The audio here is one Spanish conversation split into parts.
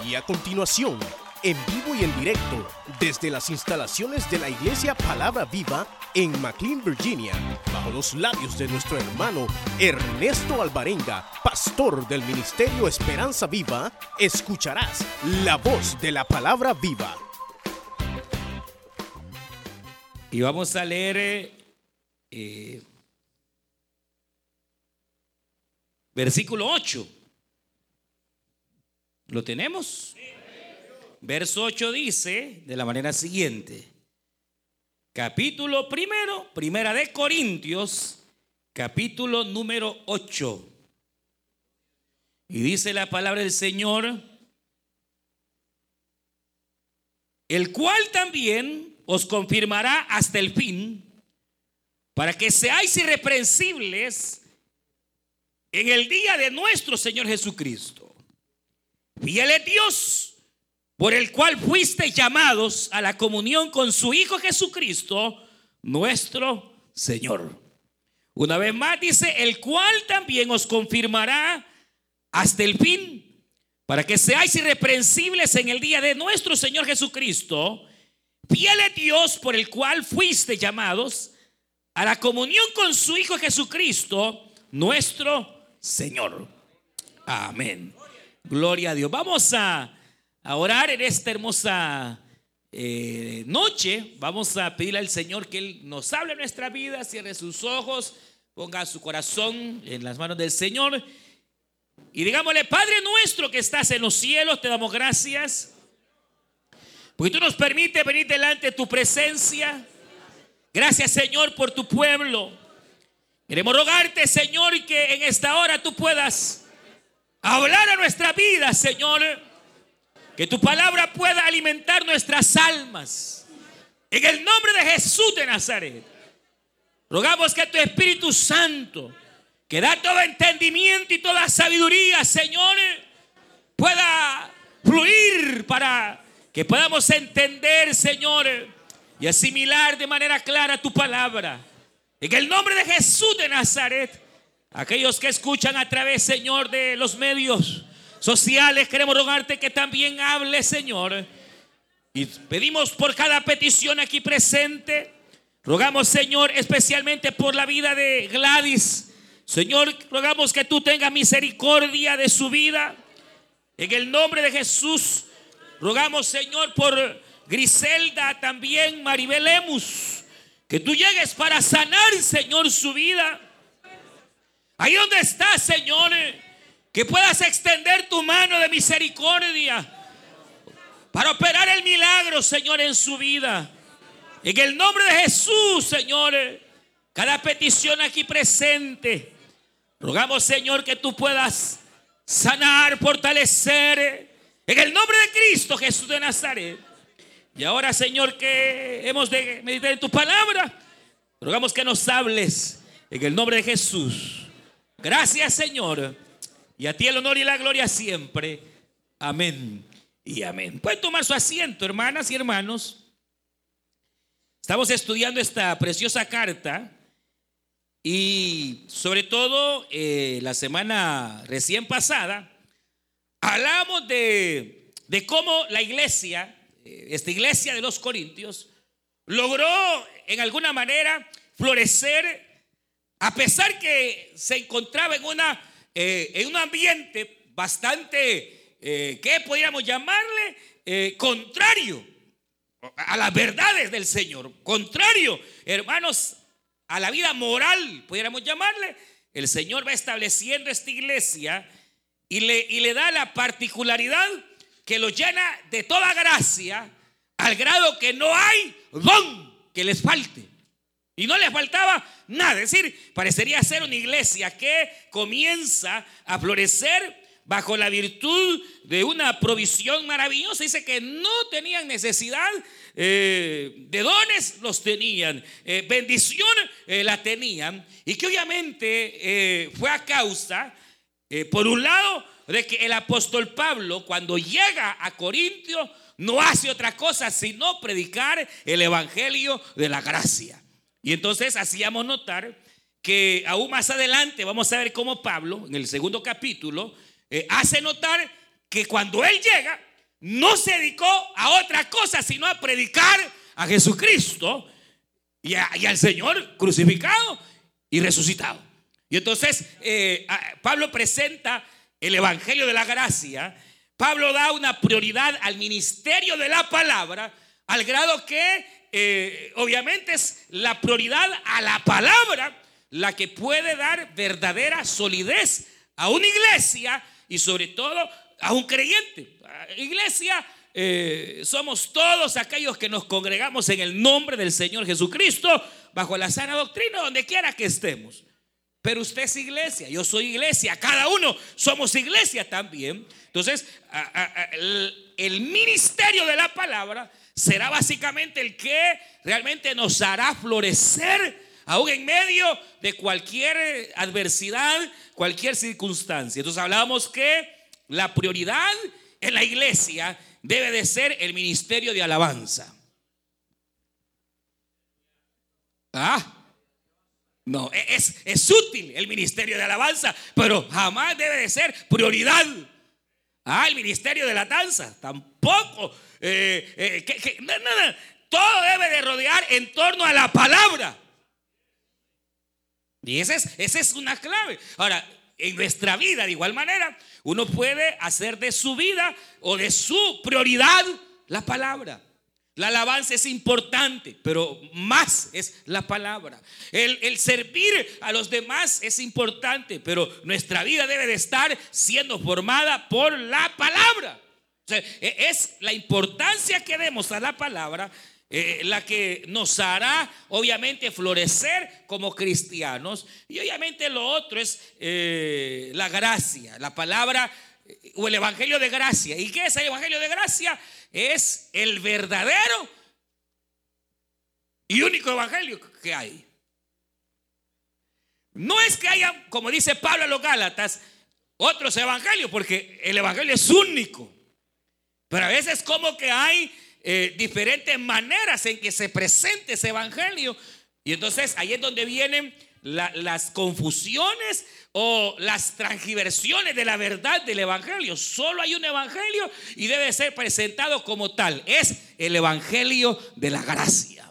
Y a continuación, en vivo y en directo, desde las instalaciones de la Iglesia Palabra Viva en McLean, Virginia, bajo los labios de nuestro hermano Ernesto Alvarenga, pastor del Ministerio Esperanza Viva, escucharás la voz de la Palabra Viva. Y vamos a leer versículo 8. ¿Lo tenemos? Verso 8 dice de la manera siguiente. Capítulo primero, Primera de Corintios, capítulo número 8. Y dice la palabra del Señor: el cual también os confirmará hasta el fin, para que seáis irreprensibles en el día de nuestro Señor Jesucristo. Fiel es Dios, por el cual fuisteis llamados a la comunión con su Hijo Jesucristo, nuestro Señor. Una vez más dice: el cual también os confirmará hasta el fin, para que seáis irreprensibles en el día de nuestro Señor Jesucristo. Fiel es Dios, por el cual fuisteis llamados a la comunión con su Hijo Jesucristo, nuestro Señor. Amén. Gloria a Dios. Vamos a orar en esta hermosa noche. Vamos a pedirle al Señor que Él nos hable en nuestra vida. Cierre sus ojos, ponga su corazón en las manos del Señor y digámosle: Padre nuestro que estás en los cielos, te damos gracias porque tú nos permites venir delante de tu presencia. Gracias, Señor, por tu pueblo. Queremos rogarte, Señor, que en esta hora tú puedas hablar a nuestra vida, Señor. Que tu palabra pueda alimentar nuestras almas. En el nombre de Jesús de Nazaret, rogamos que tu Espíritu Santo, que da todo entendimiento y toda sabiduría, Señor, pueda fluir para que podamos entender, Señor, y asimilar de manera clara tu palabra. En el nombre de Jesús de Nazaret, aquellos que escuchan a través, Señor, de los medios sociales, queremos rogarte que también hable, Señor. Y pedimos por cada petición aquí presente. Rogamos, Señor, especialmente por la vida de Gladys. Señor, rogamos que tú tengas misericordia de su vida. En el nombre de Jesús, rogamos, Señor, por Griselda, también Maribel Lemus, que tú llegues para sanar, Señor, su vida. Ahí donde está, Señor, que puedas extender tu mano de misericordia para operar el milagro, Señor, en su vida. En el nombre de Jesús, Señor, cada petición aquí presente, rogamos, Señor, que tú puedas sanar, fortalecer, en el nombre de Cristo Jesús de Nazaret. Y ahora, Señor, que hemos de meditar en tu palabra, rogamos que nos hables en el nombre de Jesús. Gracias, Señor, y a ti el honor y la gloria siempre. Amén y amén. Pueden tomar su asiento, hermanas y hermanos. Estamos estudiando esta preciosa carta y sobre todo la semana recién pasada hablamos de cómo la iglesia, esta iglesia de los Corintios, logró en alguna manera florecer, a pesar que se encontraba en un ambiente bastante, ¿qué podríamos llamarle? Contrario a las verdades del Señor. Contrario, hermanos, a la vida moral, pudiéramos llamarle. El Señor va estableciendo esta iglesia y le da la particularidad que lo llena de toda gracia, al grado que no hay don que les falte. Y no les faltaba nada. Es decir, parecería ser una iglesia que comienza a florecer bajo la virtud de una provisión maravillosa. Dice que no tenían necesidad de dones, los tenían. Bendición la tenían. Y que obviamente fue a causa, por un lado, de que el apóstol Pablo, cuando llega a Corintio, no hace otra cosa sino predicar el evangelio de la gracia. Y entonces hacíamos notar que aún más adelante vamos a ver cómo Pablo, en el segundo capítulo, hace notar que cuando él llega, no se dedicó a otra cosa sino a predicar a Jesucristo y al Señor crucificado y resucitado. Y entonces Pablo presenta el evangelio de la gracia. Pablo da una prioridad al ministerio de la palabra, al grado que obviamente es la prioridad a la palabra la que puede dar verdadera solidez a una iglesia y sobre todo a un creyente. Iglesia, somos todos aquellos que nos congregamos en el nombre del Señor Jesucristo bajo la sana doctrina, donde quiera que estemos. Pero usted es iglesia, yo soy iglesia, cada uno somos iglesia también. Entonces el ministerio de la palabra será básicamente el que realmente nos hará florecer aún en medio de cualquier adversidad, cualquier circunstancia. Entonces hablábamos que la prioridad en la iglesia debe de ser el ministerio de alabanza. No, es útil el ministerio de alabanza, pero jamás debe de ser prioridad. El ministerio de la danza tampoco. No. Todo debe de rodear en torno a la palabra. Y esa es una clave. Ahora, en nuestra vida, de igual manera, uno puede hacer de su vida o de su prioridad la palabra. La alabanza es importante, pero más es la palabra. El servir a los demás es importante, pero nuestra vida debe de estar siendo formada por la palabra. O sea, es la importancia que demos a la palabra la que nos hará obviamente florecer como cristianos. Y obviamente lo otro es la gracia, la palabra o el evangelio de gracia. ¿Y qué es el evangelio de gracia? Es el verdadero y único evangelio que hay. No es que haya, como dice Pablo a los Gálatas, otros evangelios, porque el evangelio es único. Pero a veces como que hay diferentes maneras en que se presente ese evangelio. Y entonces ahí es donde vienen las confusiones o las transgiversiones de la verdad del evangelio. Solo hay un evangelio y debe ser presentado como tal. Es el evangelio de la gracia.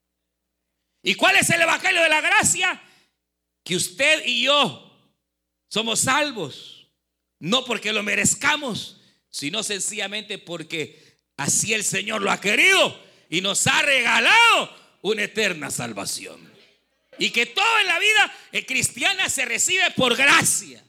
¿Y cuál es el evangelio de la gracia? Que usted y yo somos salvos, no porque lo merezcamos, sino sencillamente porque así el Señor lo ha querido y nos ha regalado una eterna salvación. Y que todo en la vida cristiana se recibe por gracia.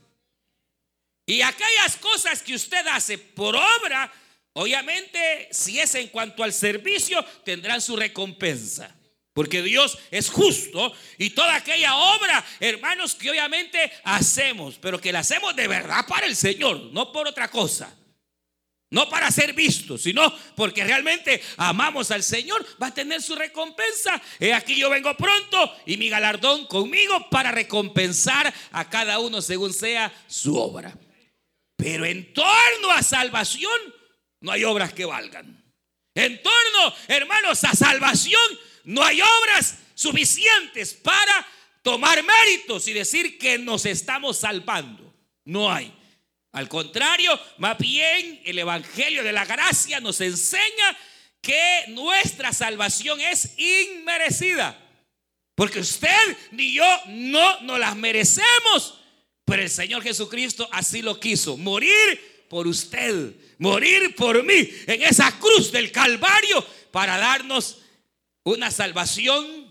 Y aquellas cosas que usted hace por obra, obviamente, si es en cuanto al servicio, tendrán su recompensa. Porque Dios es justo y toda aquella obra, hermanos, que obviamente hacemos, pero que la hacemos de verdad para el Señor, no por otra cosa. No para ser vistos, sino porque realmente amamos al Señor, va a tener su recompensa. Aquí yo vengo pronto y mi galardón conmigo para recompensar a cada uno según sea su obra. Pero en torno a salvación no hay obras que valgan. En torno, hermanos, a salvación no hay obras suficientes para tomar méritos y decir que nos estamos salvando. No hay. Al contrario, más bien el evangelio de la gracia nos enseña que nuestra salvación es inmerecida. Porque usted ni yo no nos las merecemos, pero el Señor Jesucristo así lo quiso. Morir por usted, morir por mí en esa cruz del Calvario para darnos una salvación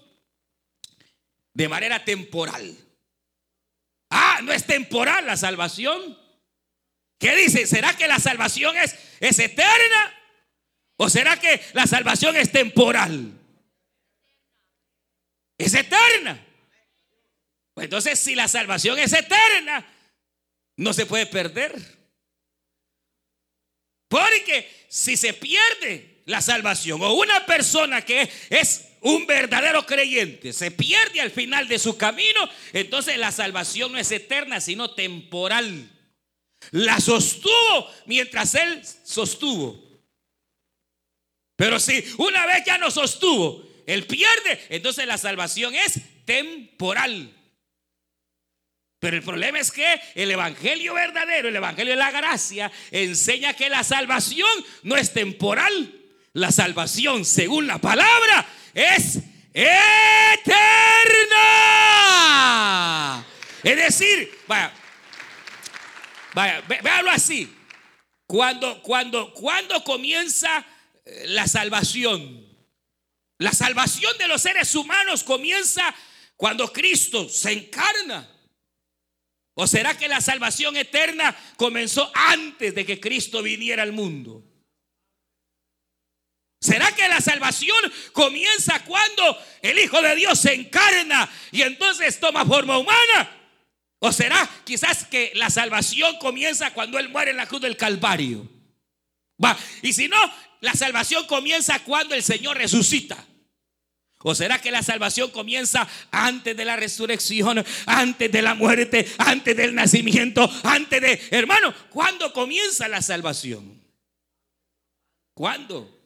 de manera temporal. No es temporal la salvación. ¿Qué dice? ¿Será que la salvación es eterna? ¿O será que la salvación es temporal? Es eterna. Pues entonces, si la salvación es eterna, no se puede perder. Porque si se pierde la salvación, o una persona que es un verdadero creyente se pierde al final de su camino, entonces la salvación no es eterna, sino temporal. La sostuvo mientras él sostuvo. Pero si una vez ya no sostuvo, él pierde, entonces la salvación es temporal. Pero el problema es que el evangelio verdadero, el evangelio de la gracia, enseña que la salvación no es temporal. La salvación, según la palabra, es eterna. Es decir, véalo así. Cuando comienza la salvación? La salvación de los seres humanos comienza cuando Cristo se encarna. ¿O será que la salvación eterna comenzó antes de que Cristo viniera al mundo? ¿Será que la salvación comienza cuando el Hijo de Dios se encarna y entonces toma forma humana? ¿O será quizás que la salvación comienza cuando Él muere en la cruz del Calvario? Y si no, la salvación comienza cuando el Señor resucita. ¿O será que la salvación comienza antes de la resurrección, antes de la muerte, antes del nacimiento, antes de... Hermano, ¿cuándo comienza la salvación? ¿Cuándo?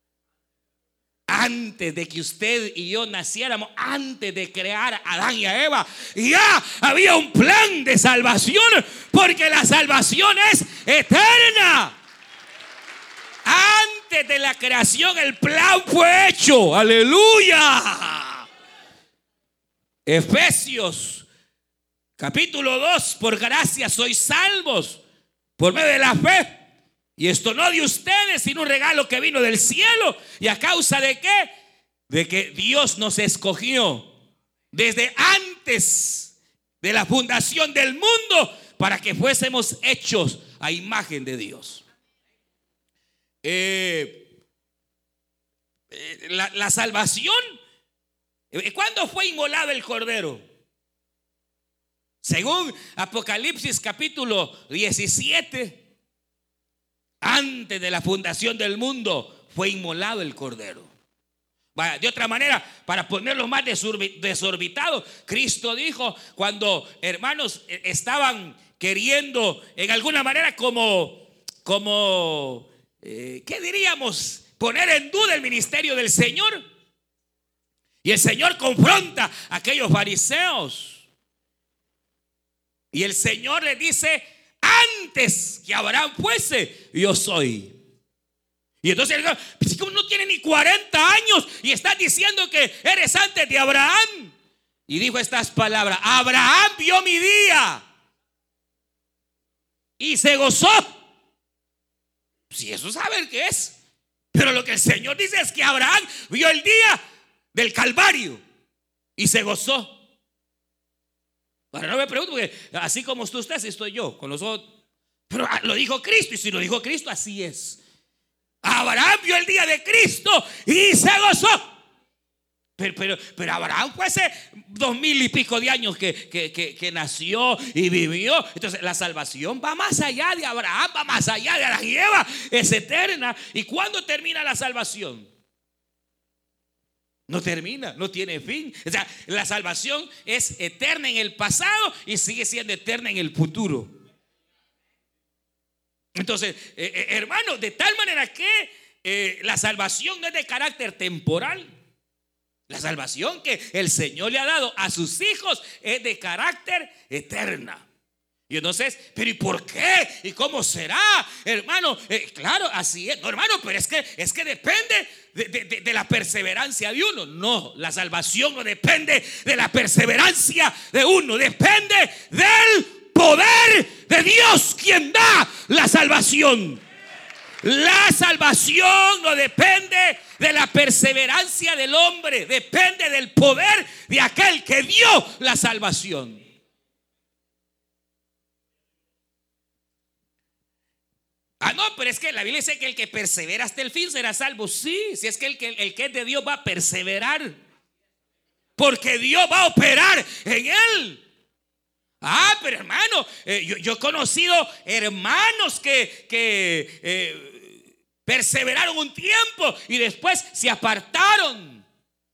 Antes de que usted y yo naciéramos, antes de crear a Adán y a Eva, ya había un plan de salvación, porque la salvación es eterna. Antes de la creación el plan fue hecho. Aleluya. Efesios capítulo 2: por gracia sois salvos por medio de la fe. Y esto no de ustedes, sino un regalo que vino del cielo. ¿Y a causa de qué? De que Dios nos escogió desde antes de la fundación del mundo para que fuésemos hechos a imagen de Dios. La salvación, ¿cuándo fue inmolado el Cordero? Según Apocalipsis capítulo 17, antes de la fundación del mundo fue inmolado el Cordero. De otra manera, para ponerlo más desorbitado, Cristo dijo, cuando hermanos estaban queriendo en alguna manera ¿qué diríamos? Poner en duda el ministerio del Señor. Y el Señor confronta a aquellos fariseos. Y el Señor les dice: antes que Abraham fuese, yo soy. Y entonces él dijo: pues como no tiene ni 40 años y estás diciendo que eres antes de Abraham. Y dijo estas palabras: Abraham vio mi día y se gozó. Si eso saben qué es. Pero lo que el Señor dice es que Abraham vio el día del Calvario y se gozó. Ahora no me pregunto, porque así como usted, así estoy yo, con los ojos. Pero lo dijo Cristo, y si lo dijo Cristo, así es. Abraham vio el día de Cristo y se gozó. Pero Abraham fue hace 2000 y pico de años que nació y vivió. Entonces la salvación va más allá de Abraham, va más allá de Adán y Eva, es eterna. ¿Y cuándo termina la salvación? No termina, no tiene fin. O sea, la salvación es eterna en el pasado y sigue siendo eterna en el futuro. Entonces, hermano, de tal manera que la salvación no es de carácter temporal. La salvación que el Señor le ha dado a sus hijos es de carácter eterna. Y entonces, pero ¿y por qué? ¿Y cómo será? Hermano, claro, así es. No, hermano, pero es que depende de la perseverancia de uno. No, la salvación no depende de la perseverancia de uno. Depende del poder de Dios, quien da la salvación. La salvación no depende de la perseverancia del hombre, depende del poder de aquel que dio la salvación. No, pero es que la Biblia dice que el que persevera hasta el fin será salvo. Sí, si es que el que es de Dios va a perseverar, porque Dios va a operar en él. Pero hermano, yo he conocido hermanos que perseveraron un tiempo y después se apartaron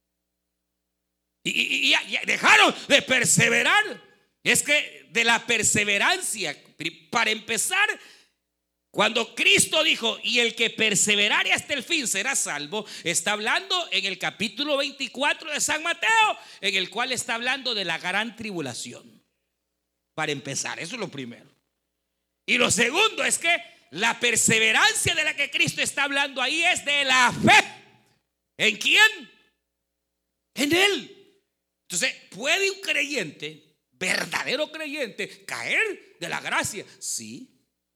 y dejaron de perseverar. Es que de la perseverancia, para empezar, cuando Cristo dijo: y el que perseverare hasta el fin será salvo, está hablando en el capítulo 24 de San Mateo, en el cual está hablando de la gran tribulación. para empezar. Eso es lo primero. Y lo segundo es que la perseverancia de la que Cristo está hablando ahí es de la fe. ¿En quién? En Él. Entonces, ¿puede un creyente, verdadero creyente, caer de la gracia? Sí.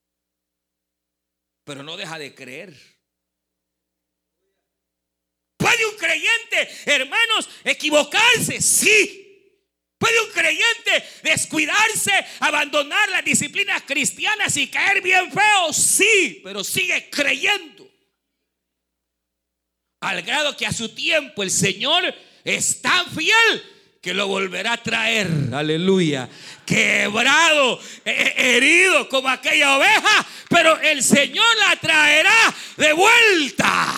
Pero no deja de creer. ¿Puede un creyente, hermanos, equivocarse? Sí. ¿Puede un creyente descuidarse, abandonar las disciplinas cristianas y caer bien feo? Sí, pero sigue creyendo. Al grado que a su tiempo el Señor es tan fiel que lo volverá a traer, aleluya, quebrado, herido como aquella oveja, pero el Señor la traerá de vuelta.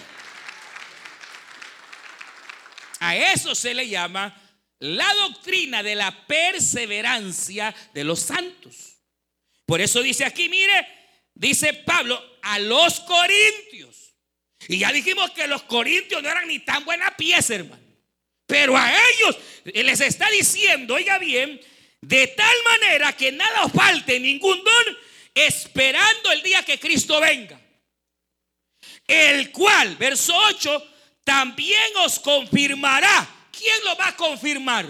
A eso se le llama la doctrina de la perseverancia de los santos. Por eso dice aquí, mire, dice Pablo a los corintios. Y ya dijimos que los corintios no eran ni tan buena pieza, hermano. Pero a ellos les está diciendo, oiga bien, de tal manera que nada os falte ningún don, esperando el día que Cristo venga. El cual, verso 8, también os confirmará. ¿Quién lo va a confirmar?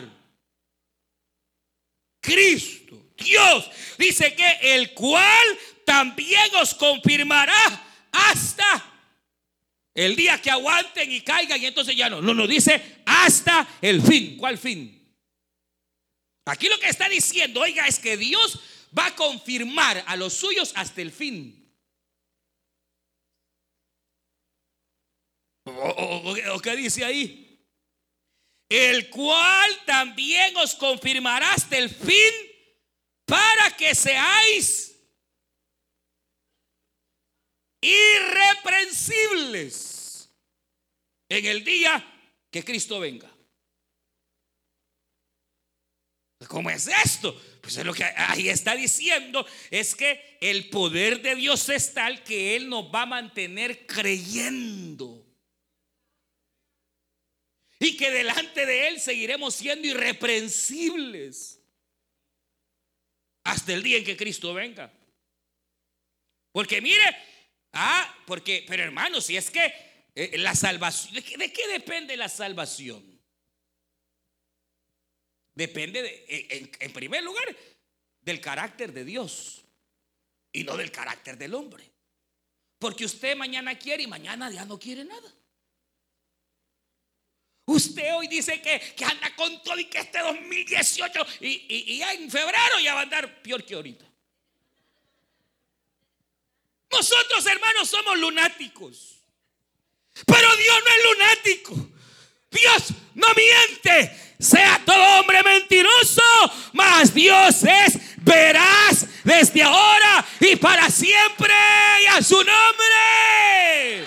Cristo, Dios. Dice que el cual también os confirmará hasta el día que aguanten y caigan y entonces ya no. No, dice hasta el fin. ¿Cuál fin? Aquí lo que está diciendo, oiga, es que Dios va a confirmar a los suyos hasta el fin. ¿O qué dice ahí? El cual también os confirmará hasta el fin para que seáis irreprensibles en el día que Cristo venga. ¿Cómo es esto? Pues es lo que ahí está diciendo, es que el poder de Dios es tal que Él nos va a mantener creyendo. Y que delante de Él seguiremos siendo irreprensibles hasta el día en que Cristo venga. Porque mire, pero hermanos, si es que la salvación, ¿de qué depende la salvación? Depende en primer lugar del carácter de Dios y no del carácter del hombre. Porque usted mañana quiere y mañana ya no quiere nada. Usted hoy dice que anda con todo y que este 2018 y ya en febrero ya va a andar peor que ahorita. Nosotros, hermanos, somos lunáticos, pero Dios no es lunático. Dios no miente. Sea todo hombre mentiroso, mas Dios es veraz desde ahora y para siempre, y a su nombre.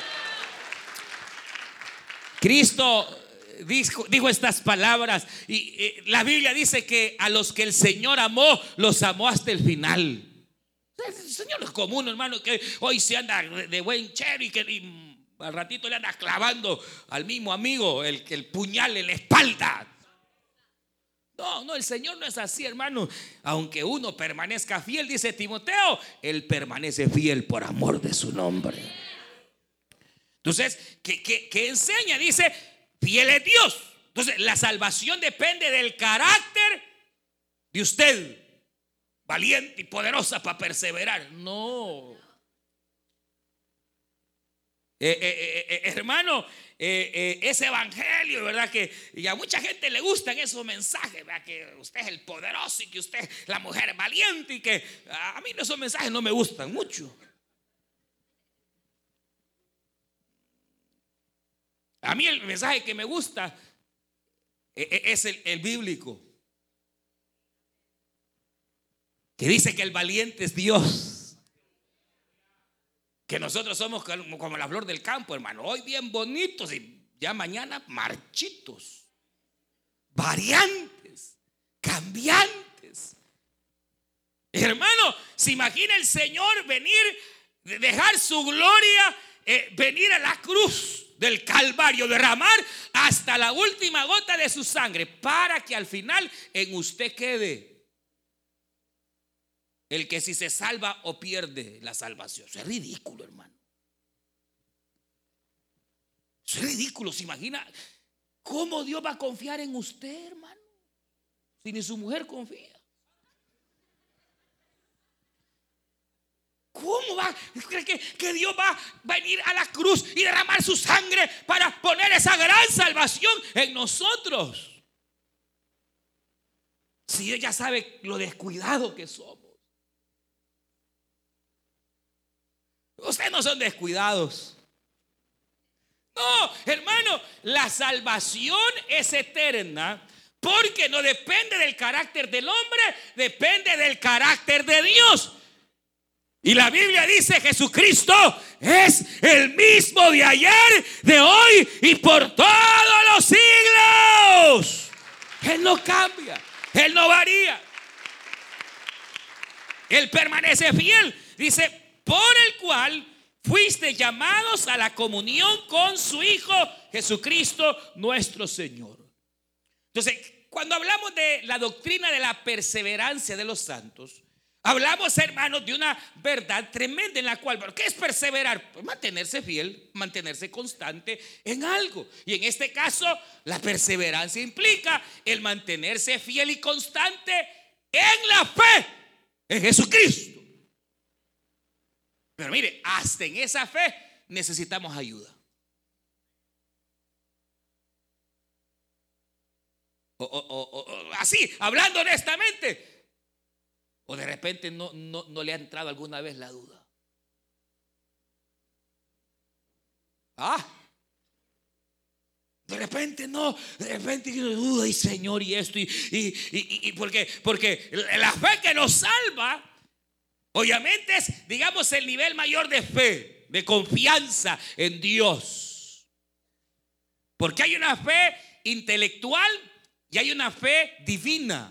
Cristo dijo estas palabras y la Biblia dice que a los que el Señor amó, los amó hasta el final. El Señor es común, hermano, que hoy se anda de buen chero y al ratito le anda clavando al mismo amigo el puñal en la espalda. No, el Señor no es así, hermano. Aunque uno permanezca fiel, dice Timoteo, Él permanece fiel por amor de su nombre. Entonces, ¿qué enseña? Dice, fiel es Dios. Entonces, la salvación depende del carácter de usted, valiente y poderosa para perseverar. No. Hermano, ese evangelio, ¿verdad? Que y a mucha gente le gustan esos mensajes, ¿verdad? Que usted es el poderoso y que usted es la mujer valiente y que a mí esos mensajes no me gustan mucho. A mí el mensaje que me gusta es el bíblico, que dice que el valiente es Dios. Que nosotros somos como la flor del campo, hermano. Hoy bien bonitos y ya mañana marchitos, variantes, cambiantes. Hermano, se imagina el Señor venir, dejar su gloria, venir a la cruz del Calvario, derramar hasta la última gota de su sangre para que al final en usted quede el que si se salva o pierde la salvación. Eso es ridículo, hermano. Eso es ridículo. ¿Se imagina cómo Dios va a confiar en usted, hermano? Si ni su mujer confía. ¿Cómo va? ¿Cree que Dios va a venir a la cruz y derramar su sangre para poner esa gran salvación en nosotros? Si ella sabe lo descuidado que somos. Ustedes no son descuidados. No, hermano, la salvación es eterna porque no depende del carácter del hombre, depende del carácter de Dios. Y la Biblia dice: Jesucristo es el mismo de ayer, de hoy y por todos los siglos. Él no cambia, Él no varía. Él permanece fiel. Dice: por el cual fuiste llamados a la comunión con su Hijo Jesucristo nuestro Señor. Entonces, cuando hablamos de la doctrina de la perseverancia de los santos, hablamos, hermanos, de una verdad tremenda en la cual, ¿qué es perseverar? Pues mantenerse fiel, mantenerse constante en algo. Y en este caso, la perseverancia implica el mantenerse fiel y constante en la fe en Jesucristo. Pero mire, hasta en esa fe necesitamos ayuda. Así, hablando honestamente. O de repente no le ha entrado alguna vez la duda. De repente duda, y Señor, y esto, y porque la fe que nos salva, obviamente es, digamos, el nivel mayor de fe, de confianza en Dios. Porque hay una fe intelectual y hay una fe divina.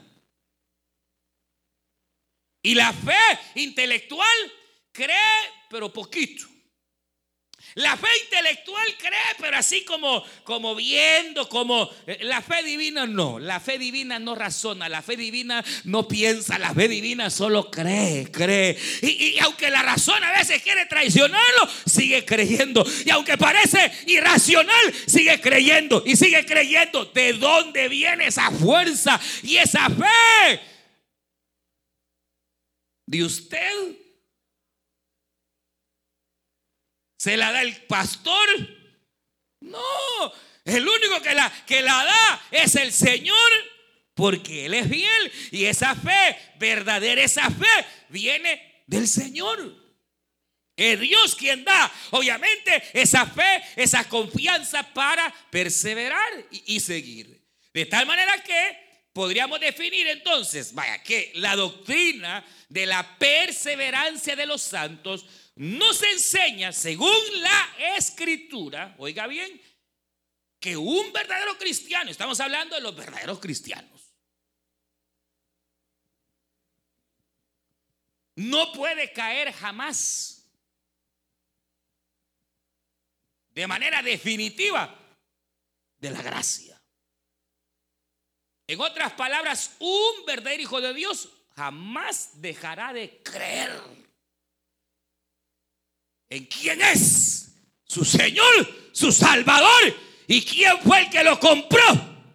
Y la fe intelectual cree, pero poquito. La fe intelectual cree, pero así como viendo, como la fe divina no. La fe divina no razona, la fe divina no piensa, la fe divina solo cree. Y aunque la razón a veces quiere traicionarlo, sigue creyendo. Y aunque parece irracional, sigue creyendo y sigue creyendo. ¿De dónde viene esa fuerza y esa fe? ¿De usted? ¿Se la da el pastor? No, el único que la da es el Señor, porque Él es fiel. Y esa fe verdadera, esa fe viene del Señor. Es Dios quien da, obviamente, esa fe, esa confianza para perseverar y seguir. De tal manera que podríamos definir entonces, que la doctrina de la perseverancia de los santos nos enseña, según la Escritura, oiga bien, que un verdadero cristiano, estamos hablando de los verdaderos cristianos, no puede caer jamás de manera definitiva de la gracia. En otras palabras, un verdadero hijo de Dios jamás dejará de creer en quién es su Señor, su Salvador, y quién fue el que lo compró.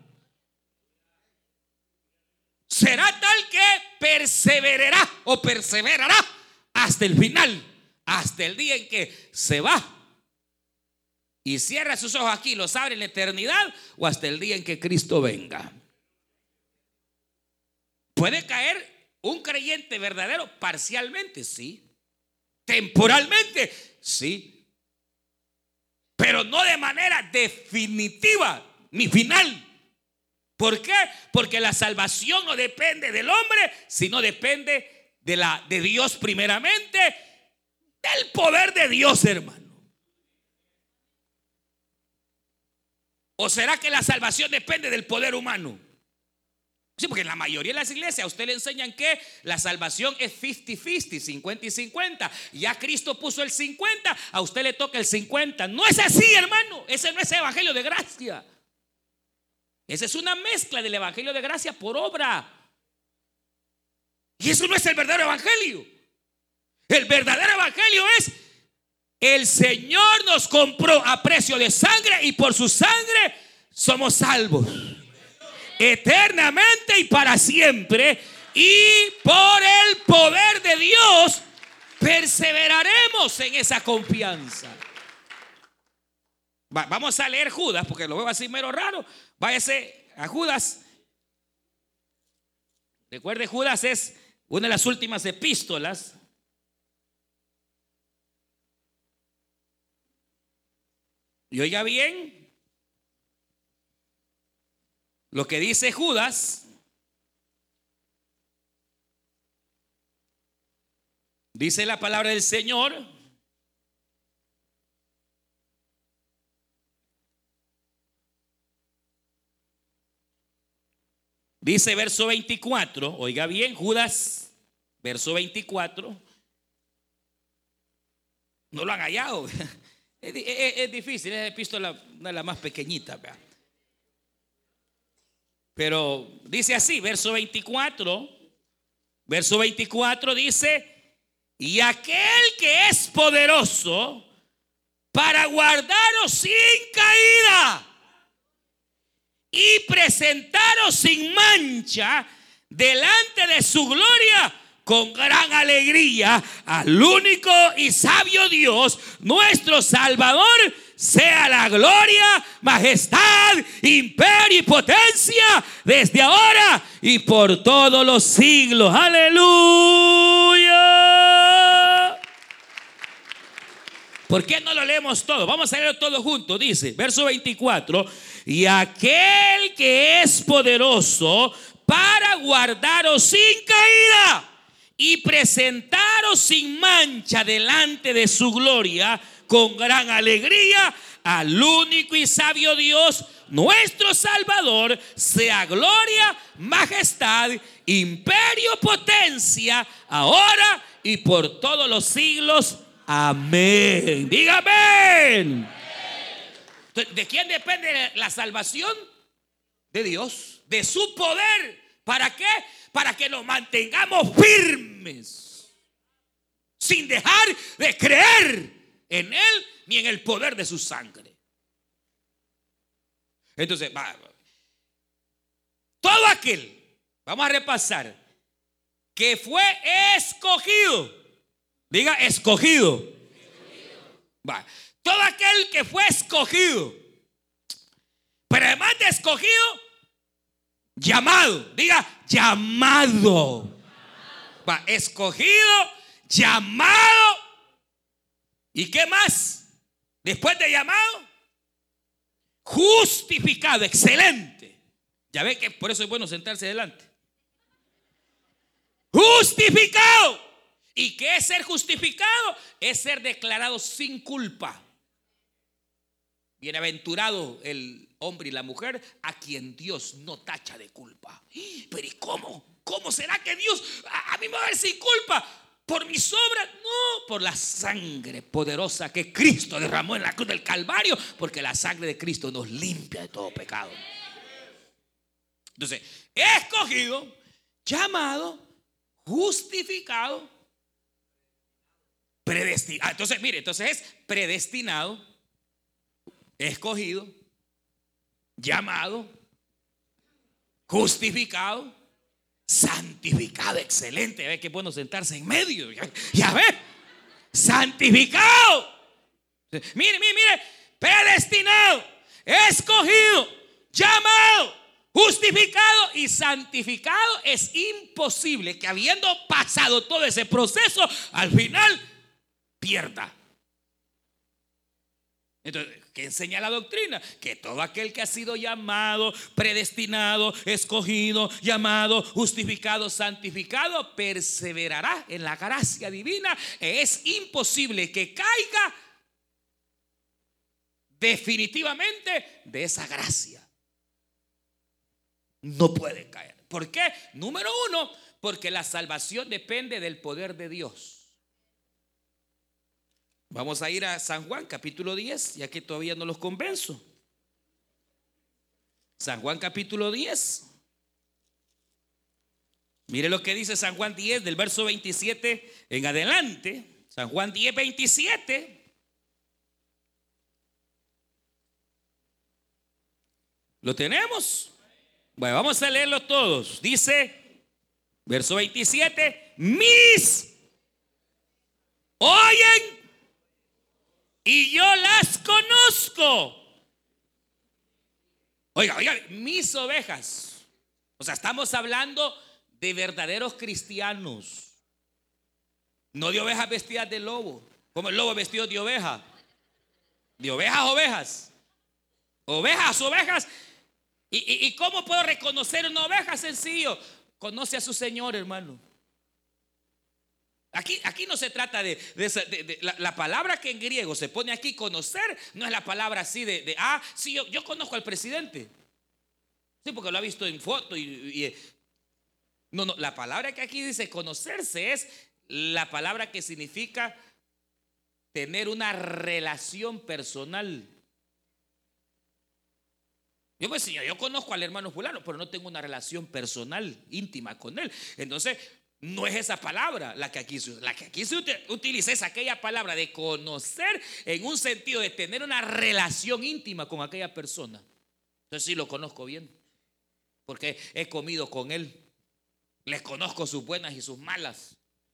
Será tal que perseverará hasta el final, hasta el día en que se va y cierra sus ojos aquí, los abre en la eternidad, o hasta el día en que Cristo venga. ¿Puede caer un creyente verdadero parcialmente? Sí. Temporalmente, sí. Pero no de manera definitiva ni final. ¿Por qué? Porque la salvación no depende del hombre, sino depende de Dios primeramente, del poder de Dios, hermano. ¿O será que la salvación depende del poder humano? Sí, porque en la mayoría de las iglesias a usted le enseñan que la salvación es 50-50, 50 y 50. Ya Cristo puso el 50, a usted le toca el 50. No es así, hermano. Ese no es evangelio de gracia. Esa es una mezcla del evangelio de gracia por obra. Y eso no es el verdadero evangelio. El verdadero evangelio es: el Señor nos compró a precio de sangre y por su sangre somos salvos eternamente y para siempre. Y por el poder de Dios perseveraremos en esa confianza. Vamos a leer Judas, porque lo veo así mero raro. Váyase a Judas. Recuerde, Judas es una de las últimas epístolas. Y oiga bien lo que dice Judas. Dice la palabra del Señor: dice verso 24, oiga bien, Judas, verso 24. No lo han hallado. Es difícil, es epístola, una de las más pequeñitas, ¿verdad? Pero dice así, verso 24. Verso 24 dice: y aquel que es poderoso para guardaros sin caída y presentaros sin mancha delante de su gloria con gran alegría, al único y sabio Dios, nuestro Salvador, sea la gloria, majestad, imperio y potencia desde ahora y por todos los siglos. Aleluya. ¿Por qué no lo leemos todo? Vamos a leerlo todo juntos. Dice, verso 24: y aquel que es poderoso para guardaros sin caída y presentaros sin mancha delante de su gloria con gran alegría, al único y sabio Dios, nuestro Salvador, sea gloria, majestad, imperio, potencia, ahora y por todos los siglos. Amén. Dígame. ¿De quién depende la salvación? De Dios, de su poder. ¿Para qué? Para que nos mantengamos firmes, sin dejar de creer en Él ni en el poder de su sangre. Entonces, todo aquel, vamos a repasar, que fue escogido, diga escogido. Todo aquel que fue escogido, pero además de escogido, llamado, diga llamado. Escogido, llamado. ¿Y qué más? Después de llamado, justificado. Excelente. Ya ve que por eso es bueno sentarse delante. Justificado. ¿Y qué es ser justificado? Es ser declarado sin culpa. Bienaventurado el hombre y la mujer a quien Dios no tacha de culpa. Pero ¿y cómo? ¿Cómo será que Dios a mí me va a ver sin culpa? ¿Por mis obras? No, por la sangre poderosa que Cristo derramó en la cruz del Calvario, porque la sangre de Cristo nos limpia de todo pecado. Entonces, escogido, llamado, justificado, predestinado. Entonces, mire, entonces es predestinado, escogido, llamado, justificado, santificado. Excelente. Ve que es bueno sentarse en medio. Ya ve, santificado. Mire, predestinado, escogido, llamado, justificado y santificado. Es imposible que habiendo pasado todo ese proceso, al final pierda. Entonces, ¿qué enseña la doctrina? Que todo aquel que ha sido llamado, predestinado, escogido, llamado, justificado, santificado, perseverará en la gracia divina. Es imposible que caiga definitivamente de esa gracia. No puede caer. ¿Por qué? Número uno, porque la salvación depende del poder de Dios. Vamos a ir a San Juan capítulo 10, ya que todavía no los convenzo. San Juan capítulo 10. Mire lo que dice San Juan 10 del verso 27 en adelante. San Juan 10, 27. ¿Lo tenemos? Bueno, vamos a leerlo todos. Dice, verso 27, mis oyen y yo las conozco. Oiga, mis ovejas. O sea, estamos hablando de verdaderos cristianos, no de ovejas vestidas de lobo, como el lobo vestido de oveja. De ovejas. Ovejas. ¿Y cómo puedo reconocer una oveja? Sencillo. Conoce a su Señor, hermano. Aquí no se trata de la palabra que en griego se pone aquí, conocer, no es la palabra así sí, yo conozco al presidente. Sí, porque lo ha visto en foto no, la palabra que aquí dice conocerse es la palabra que significa tener una relación personal. Yo conozco al hermano fulano, pero no tengo una relación personal, íntima con él. Entonces, no es esa palabra la que aquí se usa. La que aquí se utiliza es aquella palabra de conocer en un sentido de tener una relación íntima con aquella persona. Entonces sí lo conozco bien, porque he comido con él. Les conozco sus buenas y sus malas.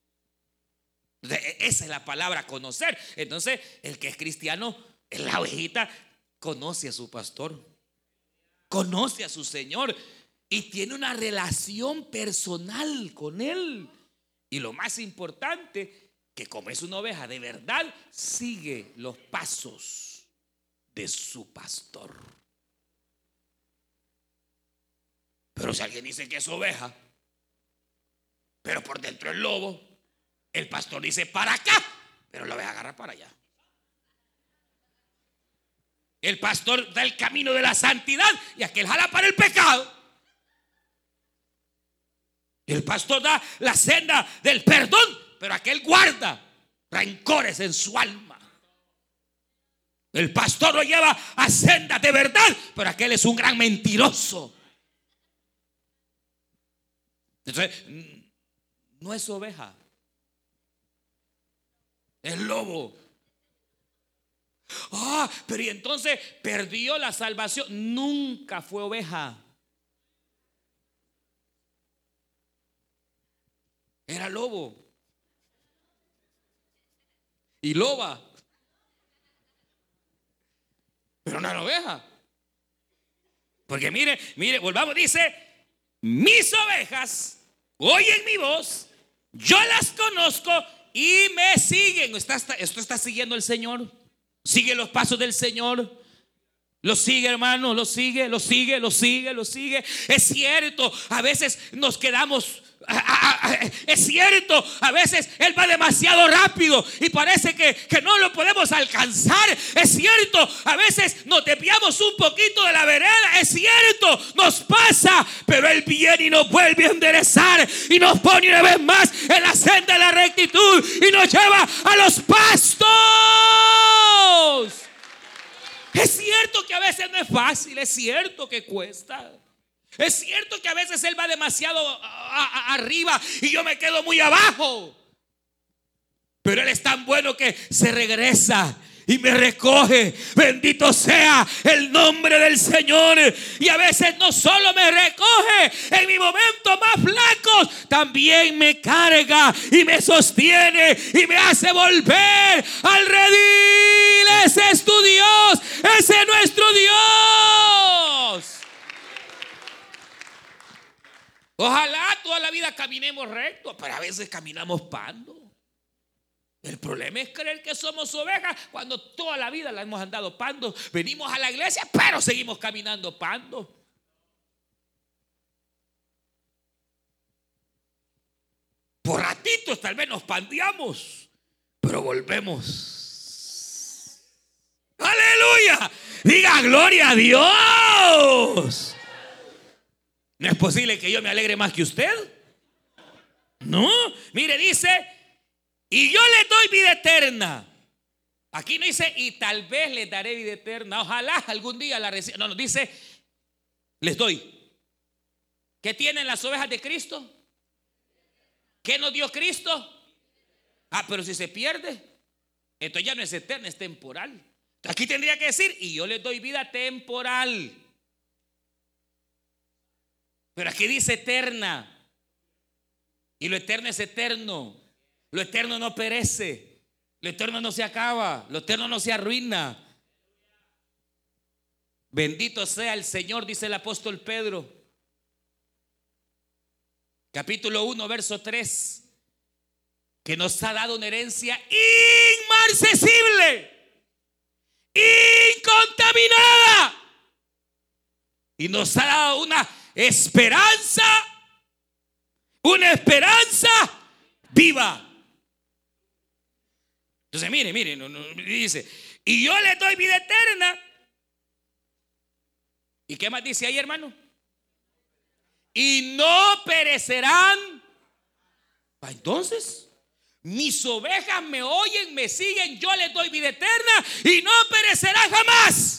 Esa es la palabra conocer. Entonces, el que es cristiano, la ovejita, conoce a su pastor, conoce a su Señor y tiene una relación personal con él. Y lo más importante, que como es una oveja de verdad, sigue los pasos de su pastor. Pero si alguien dice que es oveja, pero por dentro es lobo, el pastor dice para acá, pero la oveja agarra para allá. El pastor da el camino de la santidad y aquel jala para el pecado. El pastor da la senda del perdón, pero aquel guarda rencores en su alma. El pastor lo lleva a sendas de verdad, pero aquel es un gran mentiroso. Entonces, no es oveja, es lobo. Pero y entonces perdió la salvación. Nunca fue oveja, era lobo y loba, pero no era oveja. Porque mire, volvamos, dice: mis ovejas oyen mi voz, yo las conozco y me siguen. Esto está siguiendo el Señor. Sigue los pasos del Señor. Lo sigue, hermano, lo sigue. Es cierto, a veces nos quedamos. Es cierto, a veces Él va demasiado rápido y parece que no lo podemos alcanzar. Es cierto, a veces nos desviamos un poquito de la vereda. Es cierto, nos pasa, pero Él viene y nos vuelve a enderezar y nos pone una vez más en la senda de la rectitud y nos lleva a los pastos. Es cierto que a veces no es fácil, es cierto que cuesta. Es cierto que a veces Él va demasiado arriba y yo me quedo muy abajo. Pero Él es tan bueno que se regresa y me recoge. Bendito sea el nombre del Señor. Y a veces no solo me recoge en mi momento más flacos, también me carga y me sostiene y me hace volver al redil. Ese es tu Dios, ese es nuestro Dios. Ojalá toda la vida caminemos recto, pero a veces caminamos pando. El problema es creer que somos ovejas cuando toda la vida la hemos andado pando. Venimos a la iglesia, pero seguimos caminando pando. Por ratitos tal vez nos pandeamos, pero volvemos. ¡Aleluya! Diga gloria a Dios. ¿No es posible que yo me alegre más que usted? No, mire, dice: y yo le doy vida eterna. Aquí no dice y tal vez les daré vida eterna, ojalá algún día la reciba. No, dice les doy. ¿Qué tienen las ovejas de Cristo? ¿Qué nos dio Cristo? Pero si se pierde, entonces ya no es eterna, es temporal. Aquí tendría que decir, y yo les doy vida temporal. Pero aquí dice eterna. Y lo eterno es eterno. Lo eterno no perece. Lo eterno no se acaba. Lo eterno no se arruina. Bendito sea el Señor, dice el apóstol Pedro. Capítulo 1, verso 3. Que nos ha dado una herencia inmarcesible, incontaminada. Y nos ha dado una esperanza viva. Entonces mire, dice, y yo le doy vida eterna. ¿Y qué más dice ahí, hermano? Y no perecerán. Entonces, mis ovejas me oyen, me siguen, yo les doy vida eterna y no perecerán jamás.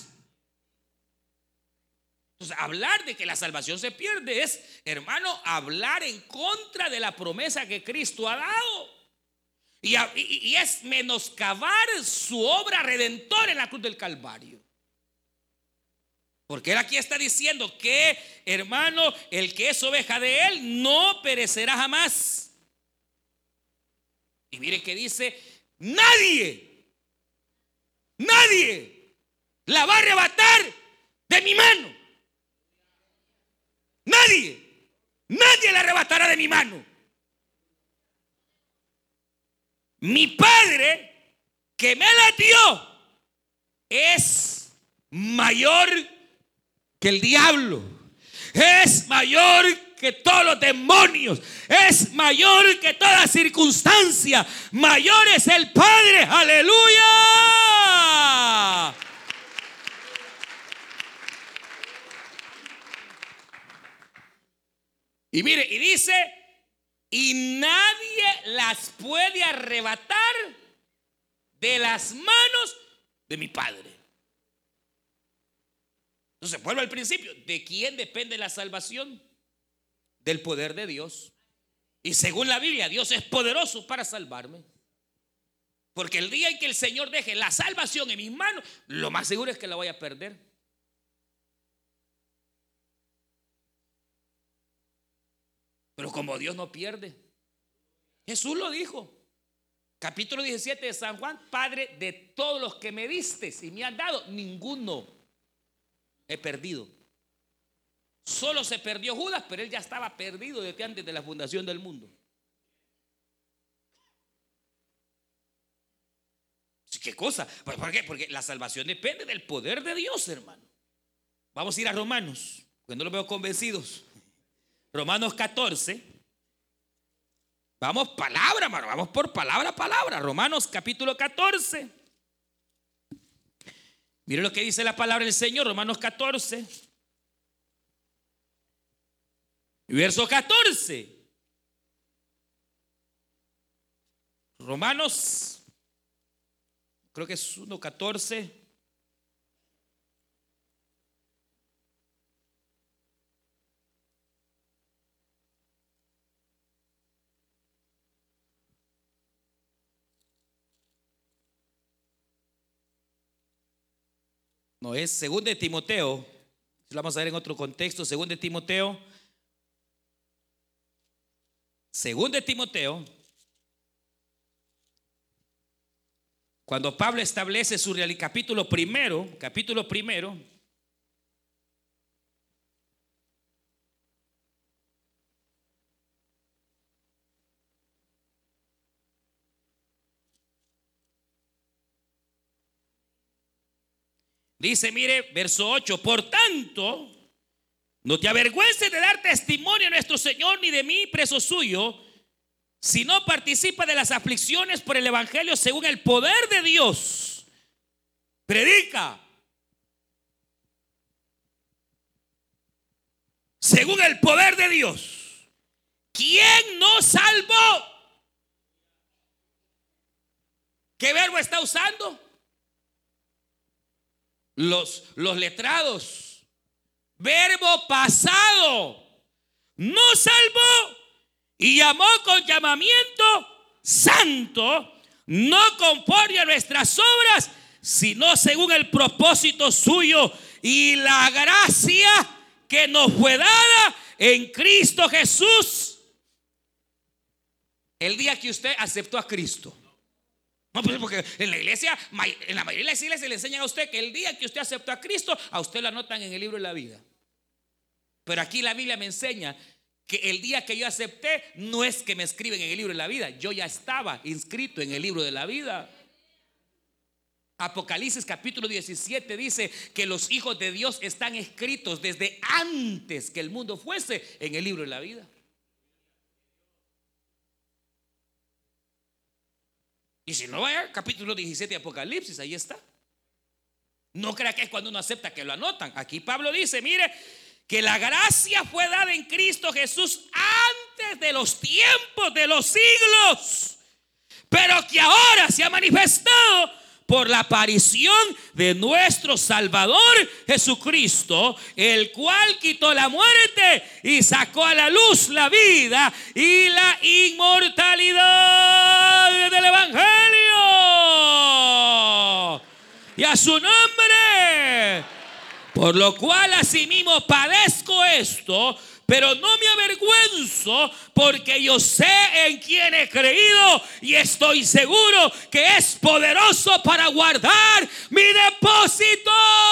Entonces, hablar de que la salvación se pierde es, hermano, hablar en contra de la promesa que Cristo ha dado. Y es menoscabar su obra redentora en la cruz del Calvario. Porque él aquí está diciendo que, hermano, el que es oveja de él no perecerá jamás. Y miren que dice, nadie la va a arrebatar de mi mano. Nadie la arrebatará de mi mano. Mi Padre que me la dio es mayor que el diablo, es mayor que todos los demonios, es mayor que toda circunstancia, mayor es el Padre, aleluya. Y mire, y dice, y nadie las puede arrebatar de las manos de mi Padre. Entonces vuelvo al principio, ¿de quién depende la salvación? Del poder de Dios. Y según la Biblia, Dios es poderoso para salvarme. Porque el día en que el Señor deje la salvación en mis manos, lo más seguro es que la voy a perder. Pero como Dios no pierde, Jesús lo dijo. Capítulo 17 de San Juan, Padre, de todos los que me diste y me han dado, ninguno he perdido. Solo se perdió Judas, pero él ya estaba perdido desde antes de la fundación del mundo. ¿Qué cosa? ¿Por qué? Porque la salvación depende del poder de Dios, hermano. Vamos a ir a Romanos, porque no los veo convencidos. Romanos 14. Vamos palabra, hermano, vamos por palabra a palabra. Romanos capítulo 14. Mire lo que dice la palabra del Señor, Romanos 14. Verso 14. Romanos, creo que es 1:14. No, es 2 de Timoteo. Lo vamos a ver en otro contexto. 2 de Timoteo. 2 de Timoteo. Cuando Pablo establece su capítulo primero. Dice, mire, verso 8, por tanto, no te avergüences de dar testimonio a nuestro Señor ni de mí, preso suyo, si no participa de las aflicciones por el evangelio según el poder de Dios. Predica según el poder de Dios. ¿Quién nos salvó? ¿Qué verbo está usando? Los letrados. Verbo pasado. Nos salvó y llamó con llamamiento santo, no conforme a nuestras obras, sino según el propósito suyo y la gracia que nos fue dada en Cristo Jesús. El día que usted aceptó a Cristo. No, pues porque en la iglesia, en la mayoría de las iglesias le enseñan a usted que el día que usted aceptó a Cristo, a usted lo anotan en el libro de la vida. Pero aquí la Biblia me enseña que el día que yo acepté, no es que me escriben en el libro de la vida, yo ya estaba inscrito en el libro de la vida. Apocalipsis capítulo 17 dice que los hijos de Dios están escritos desde antes que el mundo fuese en el libro de la vida. Y si no, vaya capítulo 17 de Apocalipsis, ahí está. No crea que es cuando uno acepta que lo anotan. Aquí Pablo dice, mire, que la gracia fue dada en Cristo Jesús antes de los tiempos de los siglos, pero que ahora se ha manifestado por la aparición de nuestro Salvador Jesucristo, el cual quitó la muerte y sacó a la luz la vida y la inmortalidad del Evangelio. Y a su nombre, por lo cual asimismo padezco esto, pero no me avergüenzo, porque yo sé en quién he creído y estoy seguro que es poderoso para guardar mi depósito.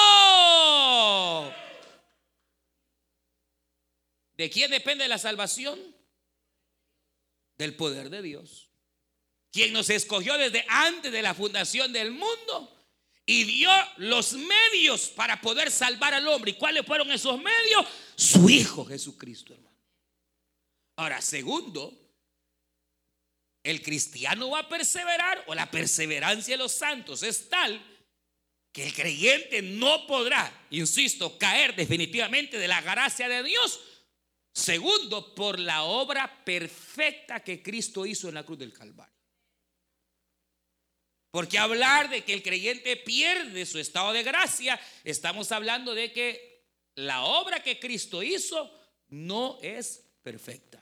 ¿De quién depende la salvación? Del poder de Dios, quien nos escogió desde antes de la fundación del mundo y dio los medios para poder salvar al hombre. ¿Y cuáles fueron esos medios? Su Hijo Jesucristo, hermano. Ahora, segundo, el cristiano va a perseverar, o la perseverancia de los santos es tal que el creyente no podrá, insisto, caer definitivamente de la gracia de Dios. Segundo, por la obra perfecta que Cristo hizo en la cruz del Calvario. Porque hablar de que el creyente pierde su estado de gracia, estamos hablando de que la obra que Cristo hizo no es perfecta.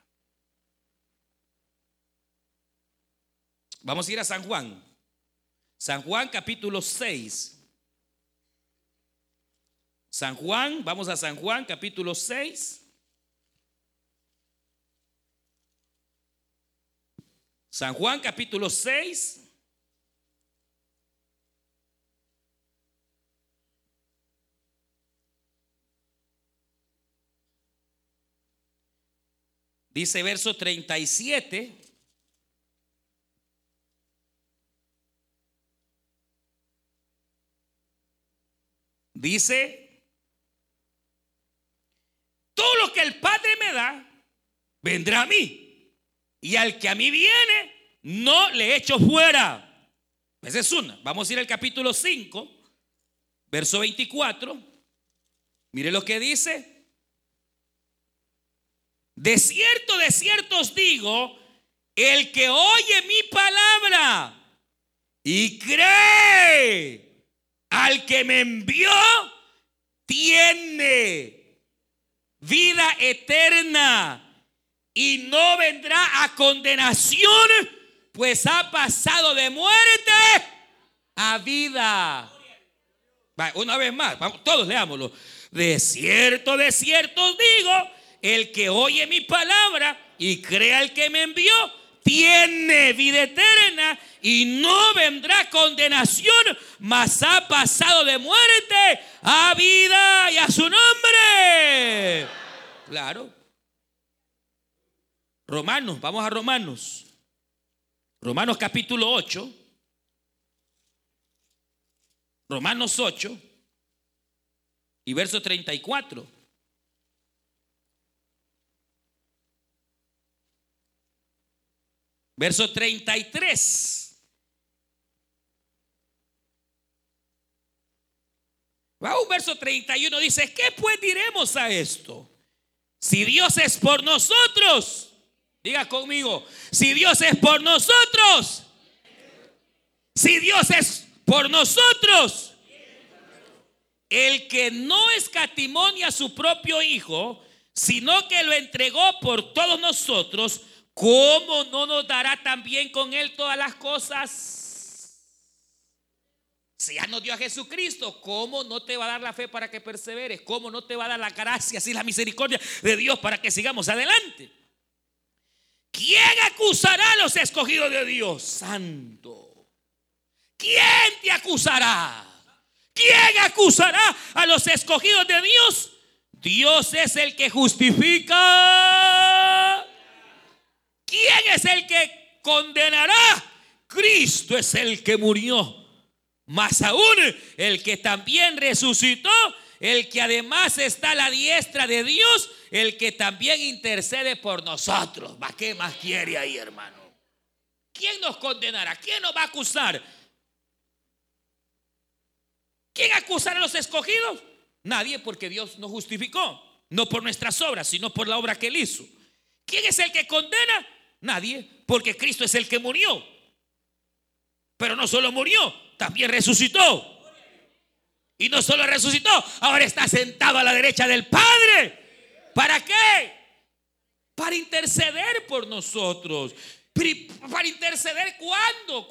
Vamos a ir a San Juan. San Juan capítulo 6. San Juan, vamos a San Juan capítulo 6. San Juan capítulo 6. Dice verso 37. Dice: todo lo que el Padre me da vendrá a mí, y al que a mí viene no le echo fuera. Esa es una. Vamos a ir al capítulo 5, verso 24. Mire lo que dice: de cierto os digo, el que oye mi palabra y cree al que me envió, tiene vida eterna y no vendrá a condenación, pues ha pasado de muerte a vida. Una vez más, vamos, todos leámoslo. De cierto os digo, el que oye mi palabra y cree al que me envió, tiene vida eterna y no vendrá condenación, mas ha pasado de muerte a vida. Y a su nombre. Claro. Romanos, vamos a Romanos. Romanos capítulo 8. Romanos 8 y verso 34. Verso 33. Un verso 31 dice: ¿qué pues diremos a esto? Si Dios es por nosotros, diga conmigo, si Dios es por nosotros, si Dios es por nosotros, el que no escatimó a su propio Hijo, sino que lo entregó por todos nosotros, ¿cómo no nos dará también con Él todas las cosas? Si ya nos dio a Jesucristo, ¿cómo no te va a dar la fe para que perseveres? ¿Cómo no te va a dar la gracia y la misericordia de Dios para que sigamos adelante? ¿Quién acusará a los escogidos de Dios? Santo. ¿Quién te acusará? ¿Quién acusará a los escogidos de Dios? Dios es el que justifica. ¿Quién es el que condenará? Cristo es el que murió. Más aún, el que también resucitó, el que además está a la diestra de Dios, el que también intercede por nosotros. ¿Qué más quiere ahí, hermano? ¿Quién nos condenará? ¿Quién nos va a acusar? ¿Quién acusará a los escogidos? Nadie, porque Dios nos justificó, no por nuestras obras, sino por la obra que Él hizo. ¿Quién es el que condena? Nadie, porque Cristo es el que murió. Pero no solo murió, también resucitó. Y no solo resucitó, ahora está sentado a la derecha del Padre. ¿Para qué? Para interceder por nosotros. ¿Para interceder cuándo?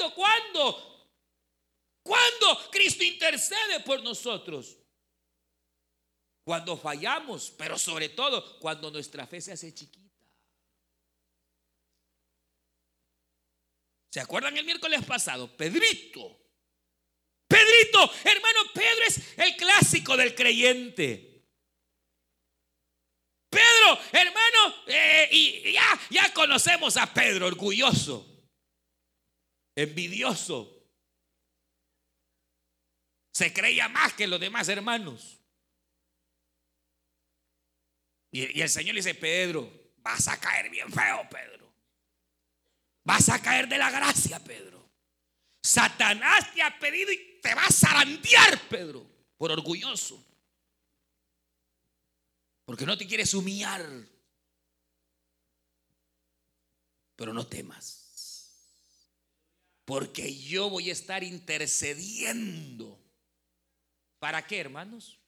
¿Cuándo Cristo intercede por nosotros? Cuando fallamos, pero sobre todo cuando nuestra fe se hace chiquita. ¿Se acuerdan el miércoles pasado? Pedrito, hermano, Pedro es el clásico del creyente. Pedro, hermano, y ya conocemos a Pedro, orgulloso, envidioso. Se creía más que los demás hermanos. Y el Señor le dice: Pedro, vas a caer bien feo, Pedro. Vas a caer de la gracia, Pedro. Satanás te ha pedido y te va a zarandear, Pedro, por orgulloso. Porque no te quieres humillar. Pero no temas, porque yo voy a estar intercediendo. ¿Para qué, hermanos?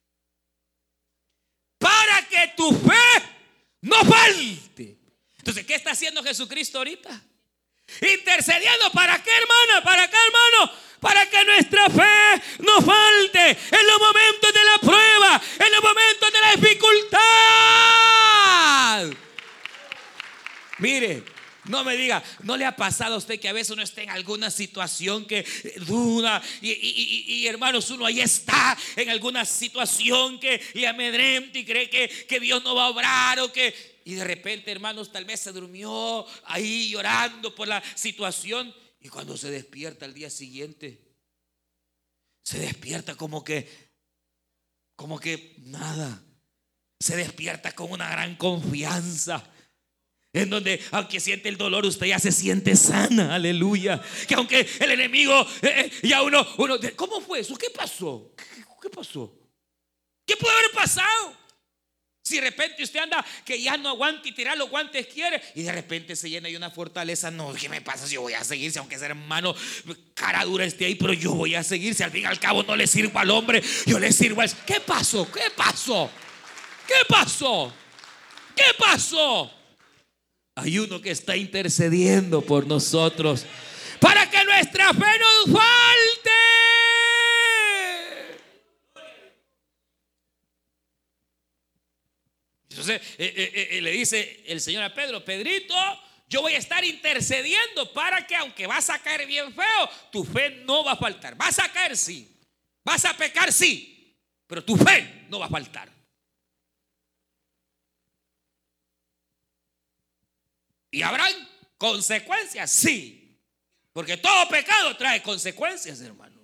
Para que tu fe no falte. Entonces, ¿qué está haciendo Jesucristo ahorita? Intercediendo. ¿Para qué, hermana? ¿Para qué, hermano? Para que nuestra fe no falte en los momentos de la prueba, en los momentos de la dificultad. Mire, no me diga, ¿no le ha pasado a usted que a veces uno está en alguna situación que duda y hermanos, uno ahí está en alguna situación que le amedrenta y cree que Dios no va a obrar y de repente, hermanos, tal vez se durmió ahí llorando por la situación y cuando se despierta al día siguiente, se despierta como que nada, se despierta con una gran confianza. En donde aunque siente el dolor, usted ya se siente sana, aleluya. Que aunque el enemigo ya uno, ¿cómo fue eso? ¿Qué pasó? ¿Qué pasó? ¿Qué puede haber pasado? Si de repente usted anda que ya no aguanta y tirar los guantes quiere y de repente se llena de una fortaleza. No, ¿qué me pasa? Yo voy a seguir, si aunque sea hermano cara dura esté ahí, pero yo voy a seguir. Si al fin y al cabo no le sirvo al hombre, yo le sirvo al... ¿Qué pasó? ¿Qué pasó? ¿Qué pasó? ¿Qué pasó? Hay uno que está intercediendo por nosotros para que nuestra fe no falte. Entonces le dice el Señor a Pedro: Pedrito, yo voy a estar intercediendo para que aunque vas a caer bien feo, tu fe no va a faltar. Vas a caer, sí. Vas a pecar, sí. Pero tu fe no va a faltar. ¿Y habrán consecuencias? Sí. Porque todo pecado trae consecuencias, hermano.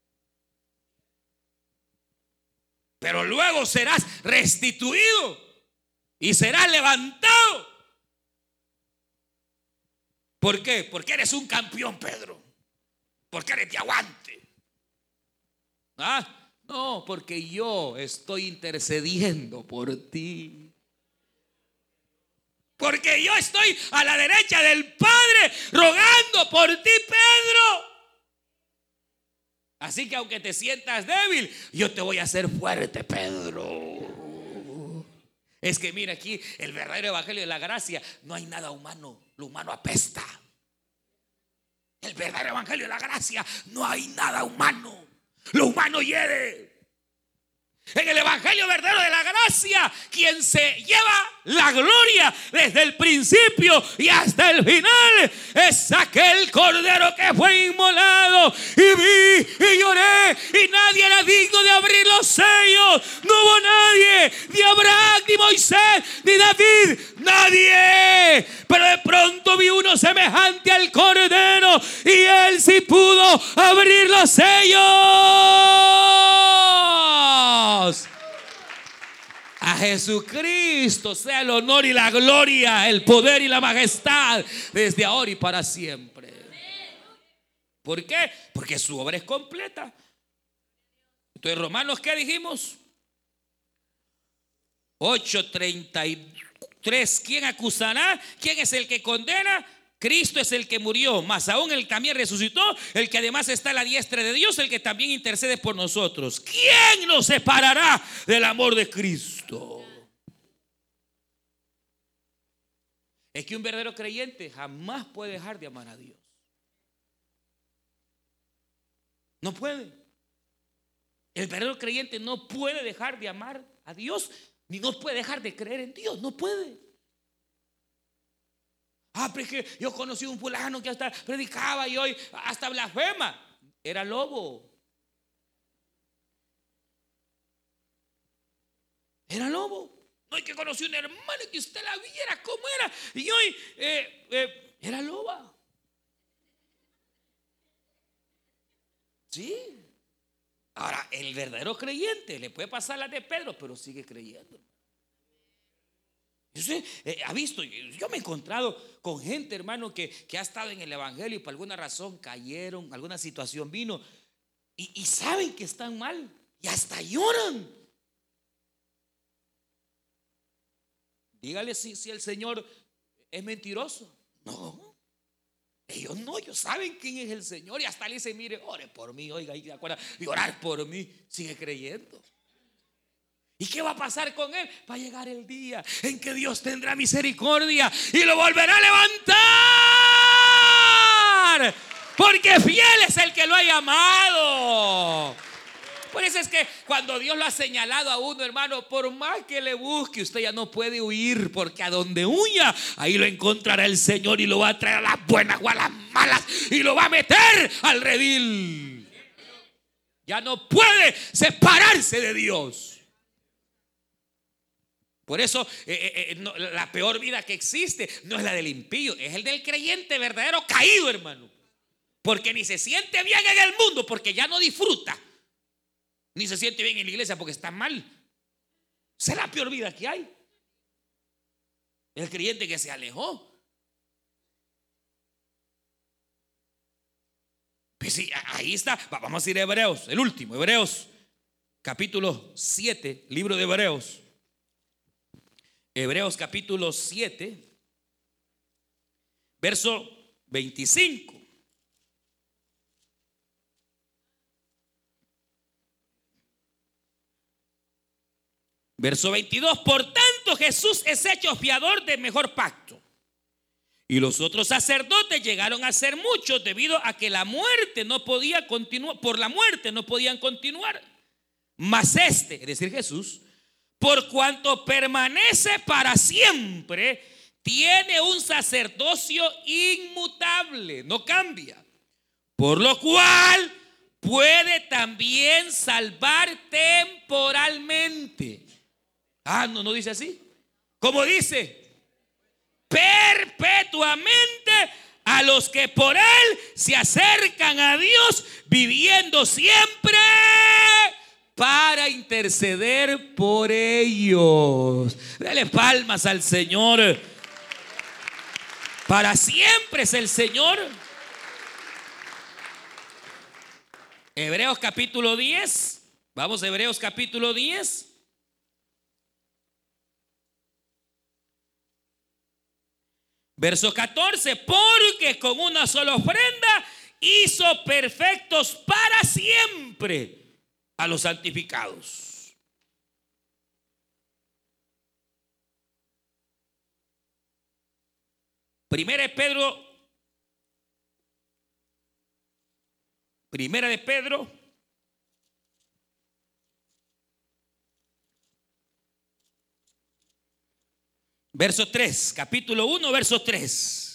Pero luego serás restituido y serás levantado. ¿Por qué? Porque eres un campeón, Pedro. Porque eres de aguante. No, porque yo estoy intercediendo por ti. Porque yo estoy a la derecha del Padre rogando por ti, Pedro. Así que aunque te sientas débil, yo te voy a hacer fuerte, Pedro. Es que mira aquí, el verdadero evangelio de la gracia, no hay nada humano. lo humano apesta. El verdadero evangelio de la gracia, no hay nada humano. Lo humano hiere. En el evangelio verdadero de la gracia, quien se lleva la gloria desde el principio y hasta el final es aquel cordero que fue inmolado. Y vi y lloré y nadie era digno de abrir los sellos. No hubo nadie, ni Abraham, ni Moisés, ni David, nadie. Pero de pronto vi uno semejante al cordero y él sí pudo abrir los sellos. A Jesucristo sea el honor y la gloria, el poder y la majestad desde ahora y para siempre. ¿Por qué? Porque su obra es completa. Entonces, Romanos, ¿qué dijimos? 8:33. ¿Quién acusará? ¿Quién es el que condena? Cristo es el que murió, más aún el que también resucitó, el que además está a la diestra de Dios, el que también intercede por nosotros. ¿Quién nos separará del amor de Cristo? Es que un verdadero creyente jamás puede dejar de amar a Dios. No puede. El verdadero creyente no puede dejar de amar a Dios, ni no puede dejar de creer en Dios. No puede. Pero es que yo conocí un fulano que hasta predicaba y hoy hasta blasfema. Era lobo. Era lobo. No, es que conocí un hermano que usted la viera cómo era. Y hoy era loba. Sí. Ahora, el verdadero creyente le puede pasar la de Pedro, pero sigue creyendo. Usted ha visto, yo me he encontrado con gente, hermano, que ha estado en el evangelio y por alguna razón cayeron, alguna situación vino y saben que están mal y hasta lloran. Dígale si el Señor es mentiroso. No, ellos saben quién es el Señor y hasta le dicen: mire, ore por mí, oiga, y acuerda de orar por mí. Sigue creyendo. ¿Y qué va a pasar con él? Va a llegar el día en que Dios tendrá misericordia y lo volverá a levantar, porque fiel es el que lo ha llamado. Por eso es que cuando Dios lo ha señalado a uno, hermano, por más que le busque, usted ya no puede huir, porque a donde huya, ahí lo encontrará el Señor y lo va a traer a las buenas o a las malas y lo va a meter al redil. Ya no puede separarse de Dios. Por eso la peor vida que existe no es la del impío, es el del creyente verdadero caído, hermano. Porque ni se siente bien en el mundo, porque ya no disfruta, ni se siente bien en la iglesia porque está mal. Esa es la peor vida que hay. El creyente que se alejó. Pues sí, ahí está. Vamos a ir a Hebreos, el último, Hebreos capítulo 7, libro de Hebreos. Hebreos capítulo 7, verso 25. Verso 22. Por tanto, Jesús es hecho fiador de mejor pacto. Y los otros sacerdotes llegaron a ser muchos debido a que la muerte no podía continuar, por la muerte no podían continuar. Mas este, es decir, Jesús, por cuanto permanece para siempre, tiene un sacerdocio inmutable, no cambia. Por lo cual puede también salvar temporalmente. No dice así. ¿Cómo dice? Perpetuamente a los que por él se acercan a Dios, viviendo siempre para interceder por ellos. Dale palmas al Señor. Para siempre es el Señor. Hebreos capítulo 10. Vamos a Hebreos capítulo 10. Verso 14. Porque con una sola ofrenda hizo perfectos para siempre a los santificados. Primera de Pedro, verso 3, capítulo 1, verso 3.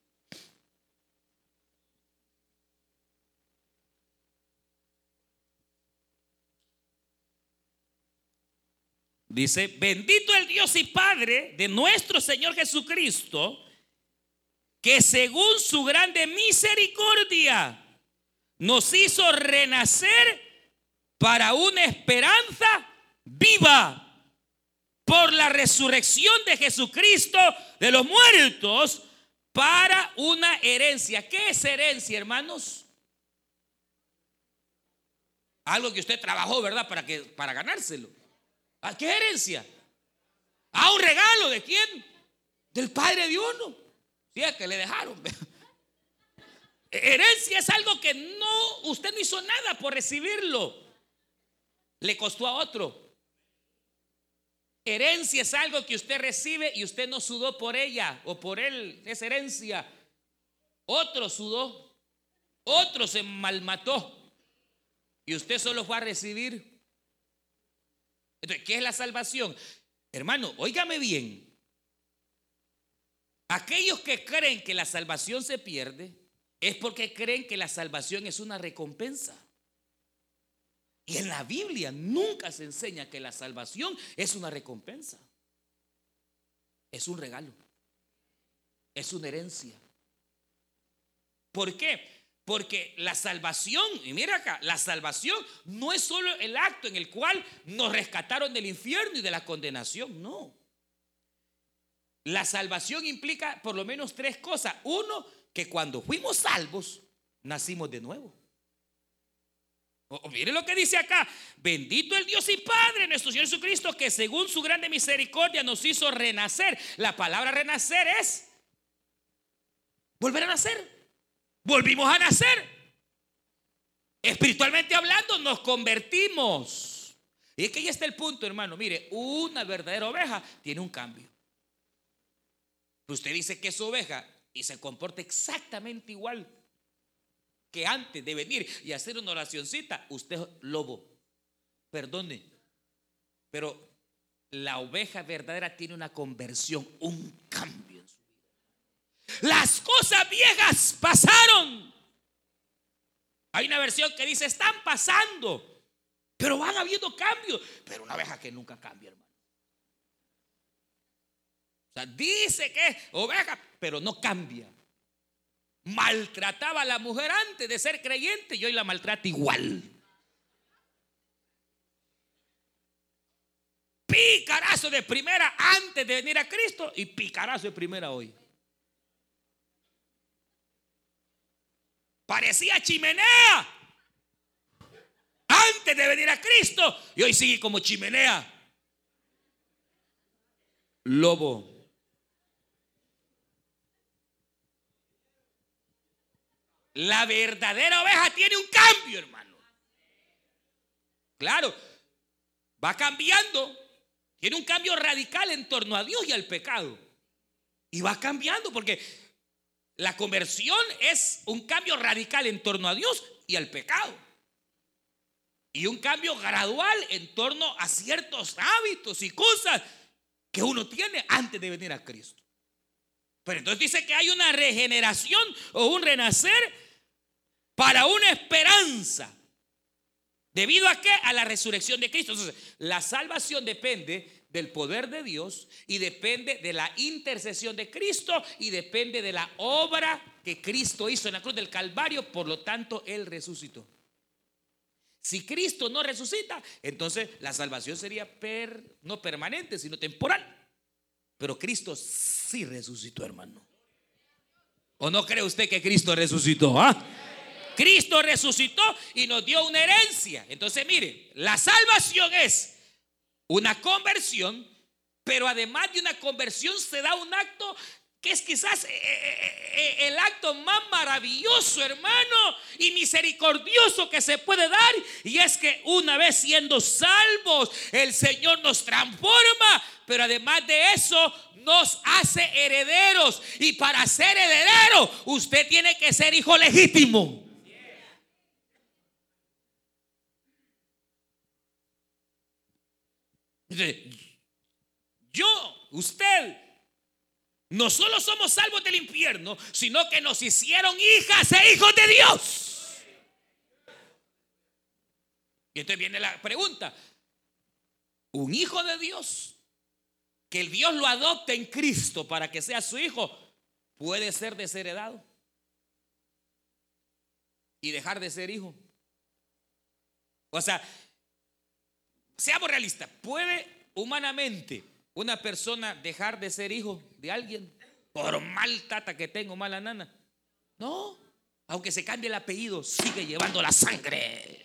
Dice: bendito el Dios y Padre de nuestro Señor Jesucristo, que según su grande misericordia nos hizo renacer para una esperanza viva por la resurrección de Jesucristo de los muertos, para una herencia. ¿Qué es herencia, hermanos? Algo que usted trabajó, ¿verdad? Para ganárselo. ¿A qué herencia? ¿A un regalo de quién? Del Padre de uno. Sí, es que le dejaron. Herencia es algo que usted no hizo nada por recibirlo, le costó a otro. Herencia es algo que usted recibe y usted no sudó por ella o por él. Es herencia. Otro sudó, otro se malmató y usted solo fue a recibir. Entonces, ¿qué es la salvación? Hermano, óigame bien. Aquellos que creen que la salvación se pierde es porque creen que la salvación es una recompensa. Y en la Biblia nunca se enseña que la salvación es una recompensa. Es un regalo. Es una herencia. ¿Por qué? Porque la salvación, y mira acá, la salvación no es solo el acto en el cual nos rescataron del infierno y de la condenación, no. La salvación implica por lo menos tres cosas. Uno, que cuando fuimos salvos, nacimos de nuevo. Miren lo que dice acá: bendito el Dios y Padre nuestro Señor Jesucristo, que según su grande misericordia nos hizo renacer. La palabra renacer es volver a nacer. Volvimos a nacer. Espiritualmente hablando, nos convertimos. Y es que ahí está el punto, hermano. Mire, una verdadera oveja tiene un cambio. Usted dice que es oveja y se comporta exactamente igual que antes de venir y hacer una oracioncita. Usted es lobo, perdone, pero la oveja verdadera tiene una conversión, un cambio en su vida. Las cosas viejas pasaron. Hay una versión que dice: están pasando, pero van habiendo cambios. Pero una oveja que nunca cambia, hermano. O sea, dice que es oveja, pero no cambia. Maltrataba a la mujer antes de ser creyente y hoy la maltrata igual. Picarazo de primera antes de venir a Cristo y picarazo de primera hoy. Parecía chimenea antes de venir a Cristo y hoy sigue como chimenea. Lobo. La verdadera oveja tiene un cambio, hermano. Claro, va cambiando. Tiene un cambio radical en torno a Dios y al pecado. Y va cambiando porque la conversión es un cambio radical en torno a Dios y al pecado. Y un cambio gradual en torno a ciertos hábitos y cosas que uno tiene antes de venir a Cristo. Pero entonces dice que hay una regeneración o un renacer para una esperanza. ¿Debido a qué? A la resurrección de Cristo. Entonces, la salvación depende del poder de Dios y depende de la intercesión de Cristo y depende de la obra que Cristo hizo en la cruz del Calvario. Por lo tanto, Él resucitó. Si Cristo no resucita, entonces la salvación sería no permanente, sino temporal. Pero Cristo sí resucitó, hermano. ¿O no cree usted que Cristo resucitó? Cristo resucitó y nos dio una herencia. Entonces, mire, la salvación es una conversión, pero además de una conversión se da un acto que es quizás el acto más maravilloso, hermano, y misericordioso que se puede dar. Y es que una vez siendo salvos, el Señor nos transforma, pero además de eso nos hace herederos. Y para ser heredero, usted tiene que ser hijo legítimo. Usted, no solo somos salvos del infierno, sino que nos hicieron hijas e hijos de Dios. Y entonces viene la pregunta: un hijo de Dios, que el Dios lo adopte en Cristo para que sea su hijo, ¿puede ser desheredado y dejar de ser hijo? O sea, seamos realistas, ¿puede humanamente una persona dejar de ser hijo de alguien por mal tata que tenga o mala nana? No, aunque se cambie el apellido, sigue llevando la sangre.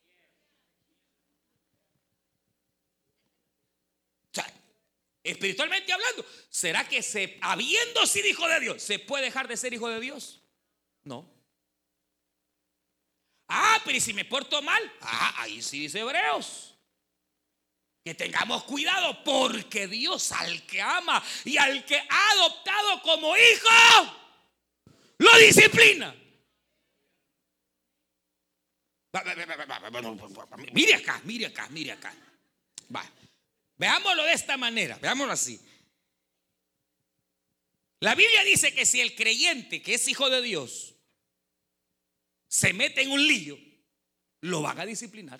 O sea, espiritualmente hablando, ¿será que habiendo sido hijo de Dios, se puede dejar de ser hijo de Dios? No. Pero ¿y si me porto mal? Ahí sí dice Hebreos que tengamos cuidado, porque Dios al que ama y al que ha adoptado como hijo, lo disciplina. Mire acá. Va. Veámoslo de esta manera, veámoslo así. La Biblia dice que si el creyente que es hijo de Dios se mete en un lío, lo van a disciplinar.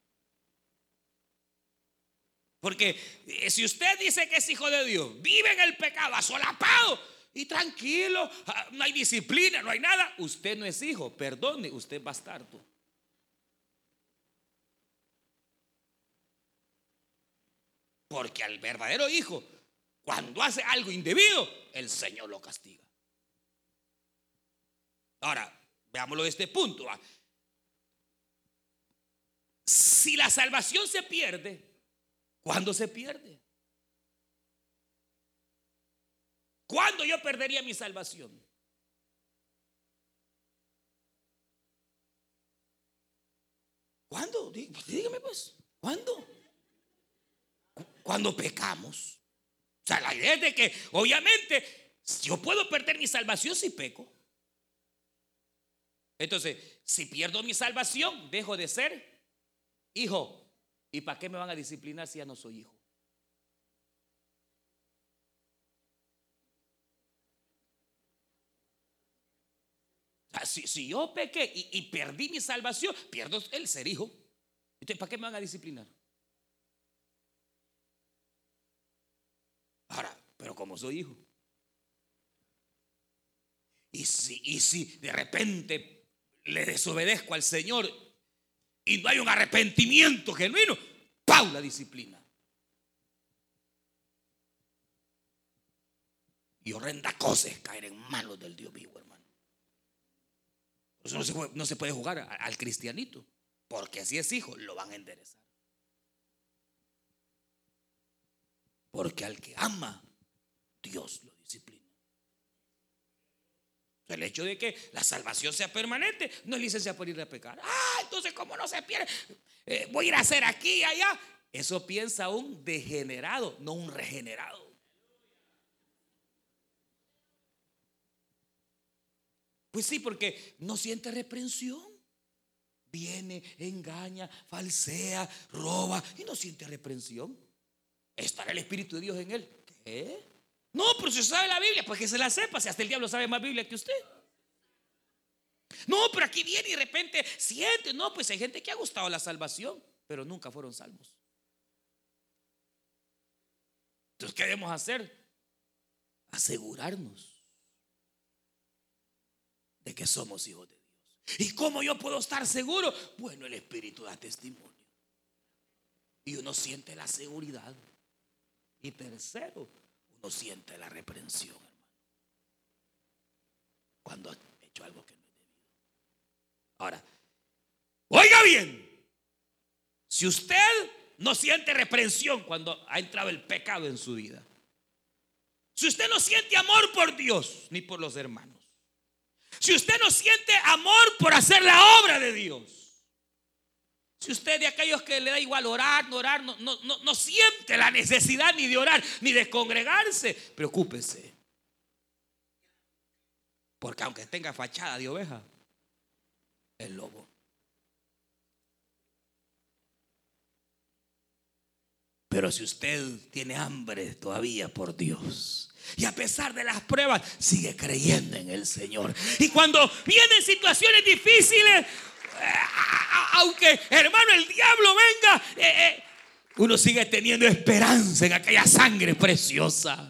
Porque si usted dice que es hijo de Dios, vive en el pecado asolapado y tranquilo, no hay disciplina, no hay nada, usted no es hijo, perdone, usted es bastardo. Porque al verdadero hijo, cuando hace algo indebido, el Señor lo castiga. Ahora, veámoslo de este punto. Si la salvación se pierde, ¿cuándo se pierde? ¿Cuándo yo perdería mi salvación? ¿Cuándo? Dígame pues, ¿cuándo? Cuando pecamos. O sea, la idea es de que obviamente yo puedo perder mi salvación si peco. Entonces, si pierdo mi salvación, dejo de ser hijo. ¿Y para qué me van a disciplinar si ya no soy hijo? O sea, si yo pequé y perdí mi salvación, pierdo el ser hijo. Entonces, ¿para qué me van a disciplinar? Ahora, pero como soy hijo, y si de repente le desobedezco al Señor y no hay un arrepentimiento genuino, ¡pau! La disciplina. Y horrenda cosa es caer en manos del Dios vivo, hermano. Por eso no se puede jugar al cristianito, porque si es hijo lo van a enderezar. Porque al que ama, Dios lo disciplina. El hecho de que la salvación sea permanente no es licencia por ir a pecar. Entonces, ¿cómo no se pierde? Voy a ir a hacer aquí y allá. Eso piensa un degenerado, no un regenerado. Pues sí, porque no siente reprensión. Viene, engaña, falsea, roba y no siente reprensión. ¿Estará el Espíritu de Dios en él? ¿Qué? No, pero si sabe la Biblia, pues que se la sepa. Si hasta el diablo sabe más Biblia que usted. No, pero aquí viene y de repente siente. No, pues hay gente que ha gustado la salvación, pero nunca fueron salvos. Entonces, ¿qué debemos hacer? Asegurarnos de que somos hijos de Dios. ¿Y cómo yo puedo estar seguro? Bueno, el Espíritu da testimonio. Y uno siente la seguridad. Y tercero, uno siente la reprensión, hermano, cuando ha hecho algo que no es debido. Ahora, oiga bien, si usted no siente reprensión cuando ha entrado el pecado en su vida, si usted no siente amor por Dios ni por los hermanos, si usted no siente amor por hacer la obra de Dios, Si usted de aquellos que le da igual orar, no siente la necesidad ni de orar, ni de congregarse, preocúpese. Porque aunque tenga fachada de oveja, es lobo. Pero si usted tiene hambre todavía por Dios, y a pesar de las pruebas sigue creyendo en el Señor, y cuando vienen situaciones difíciles, aunque hermano el diablo venga, uno sigue teniendo esperanza en aquella sangre preciosa.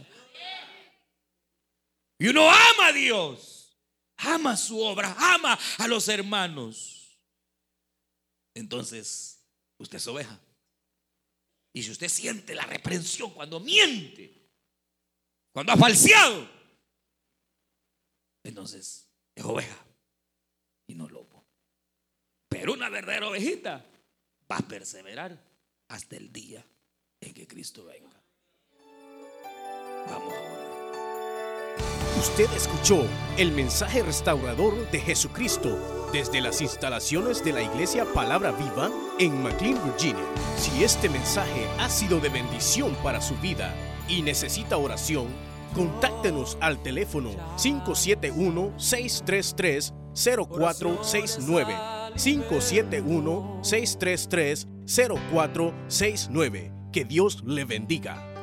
Y uno ama a Dios, ama su obra, ama a los hermanos. Entonces usted es oveja. Y si usted siente la reprensión cuando miente, cuando ha falseado, entonces es oveja y no lobo. Pero una verdadera ovejita va a perseverar hasta el día en que Cristo venga. Vamos a orar. Usted escuchó el mensaje restaurador de Jesucristo desde las instalaciones de la Iglesia Palabra Viva en McLean, Virginia. Si este mensaje ha sido de bendición para su vida y necesita oración, contáctenos al teléfono 571-633-0469. 571-633-0469. Que Dios le bendiga.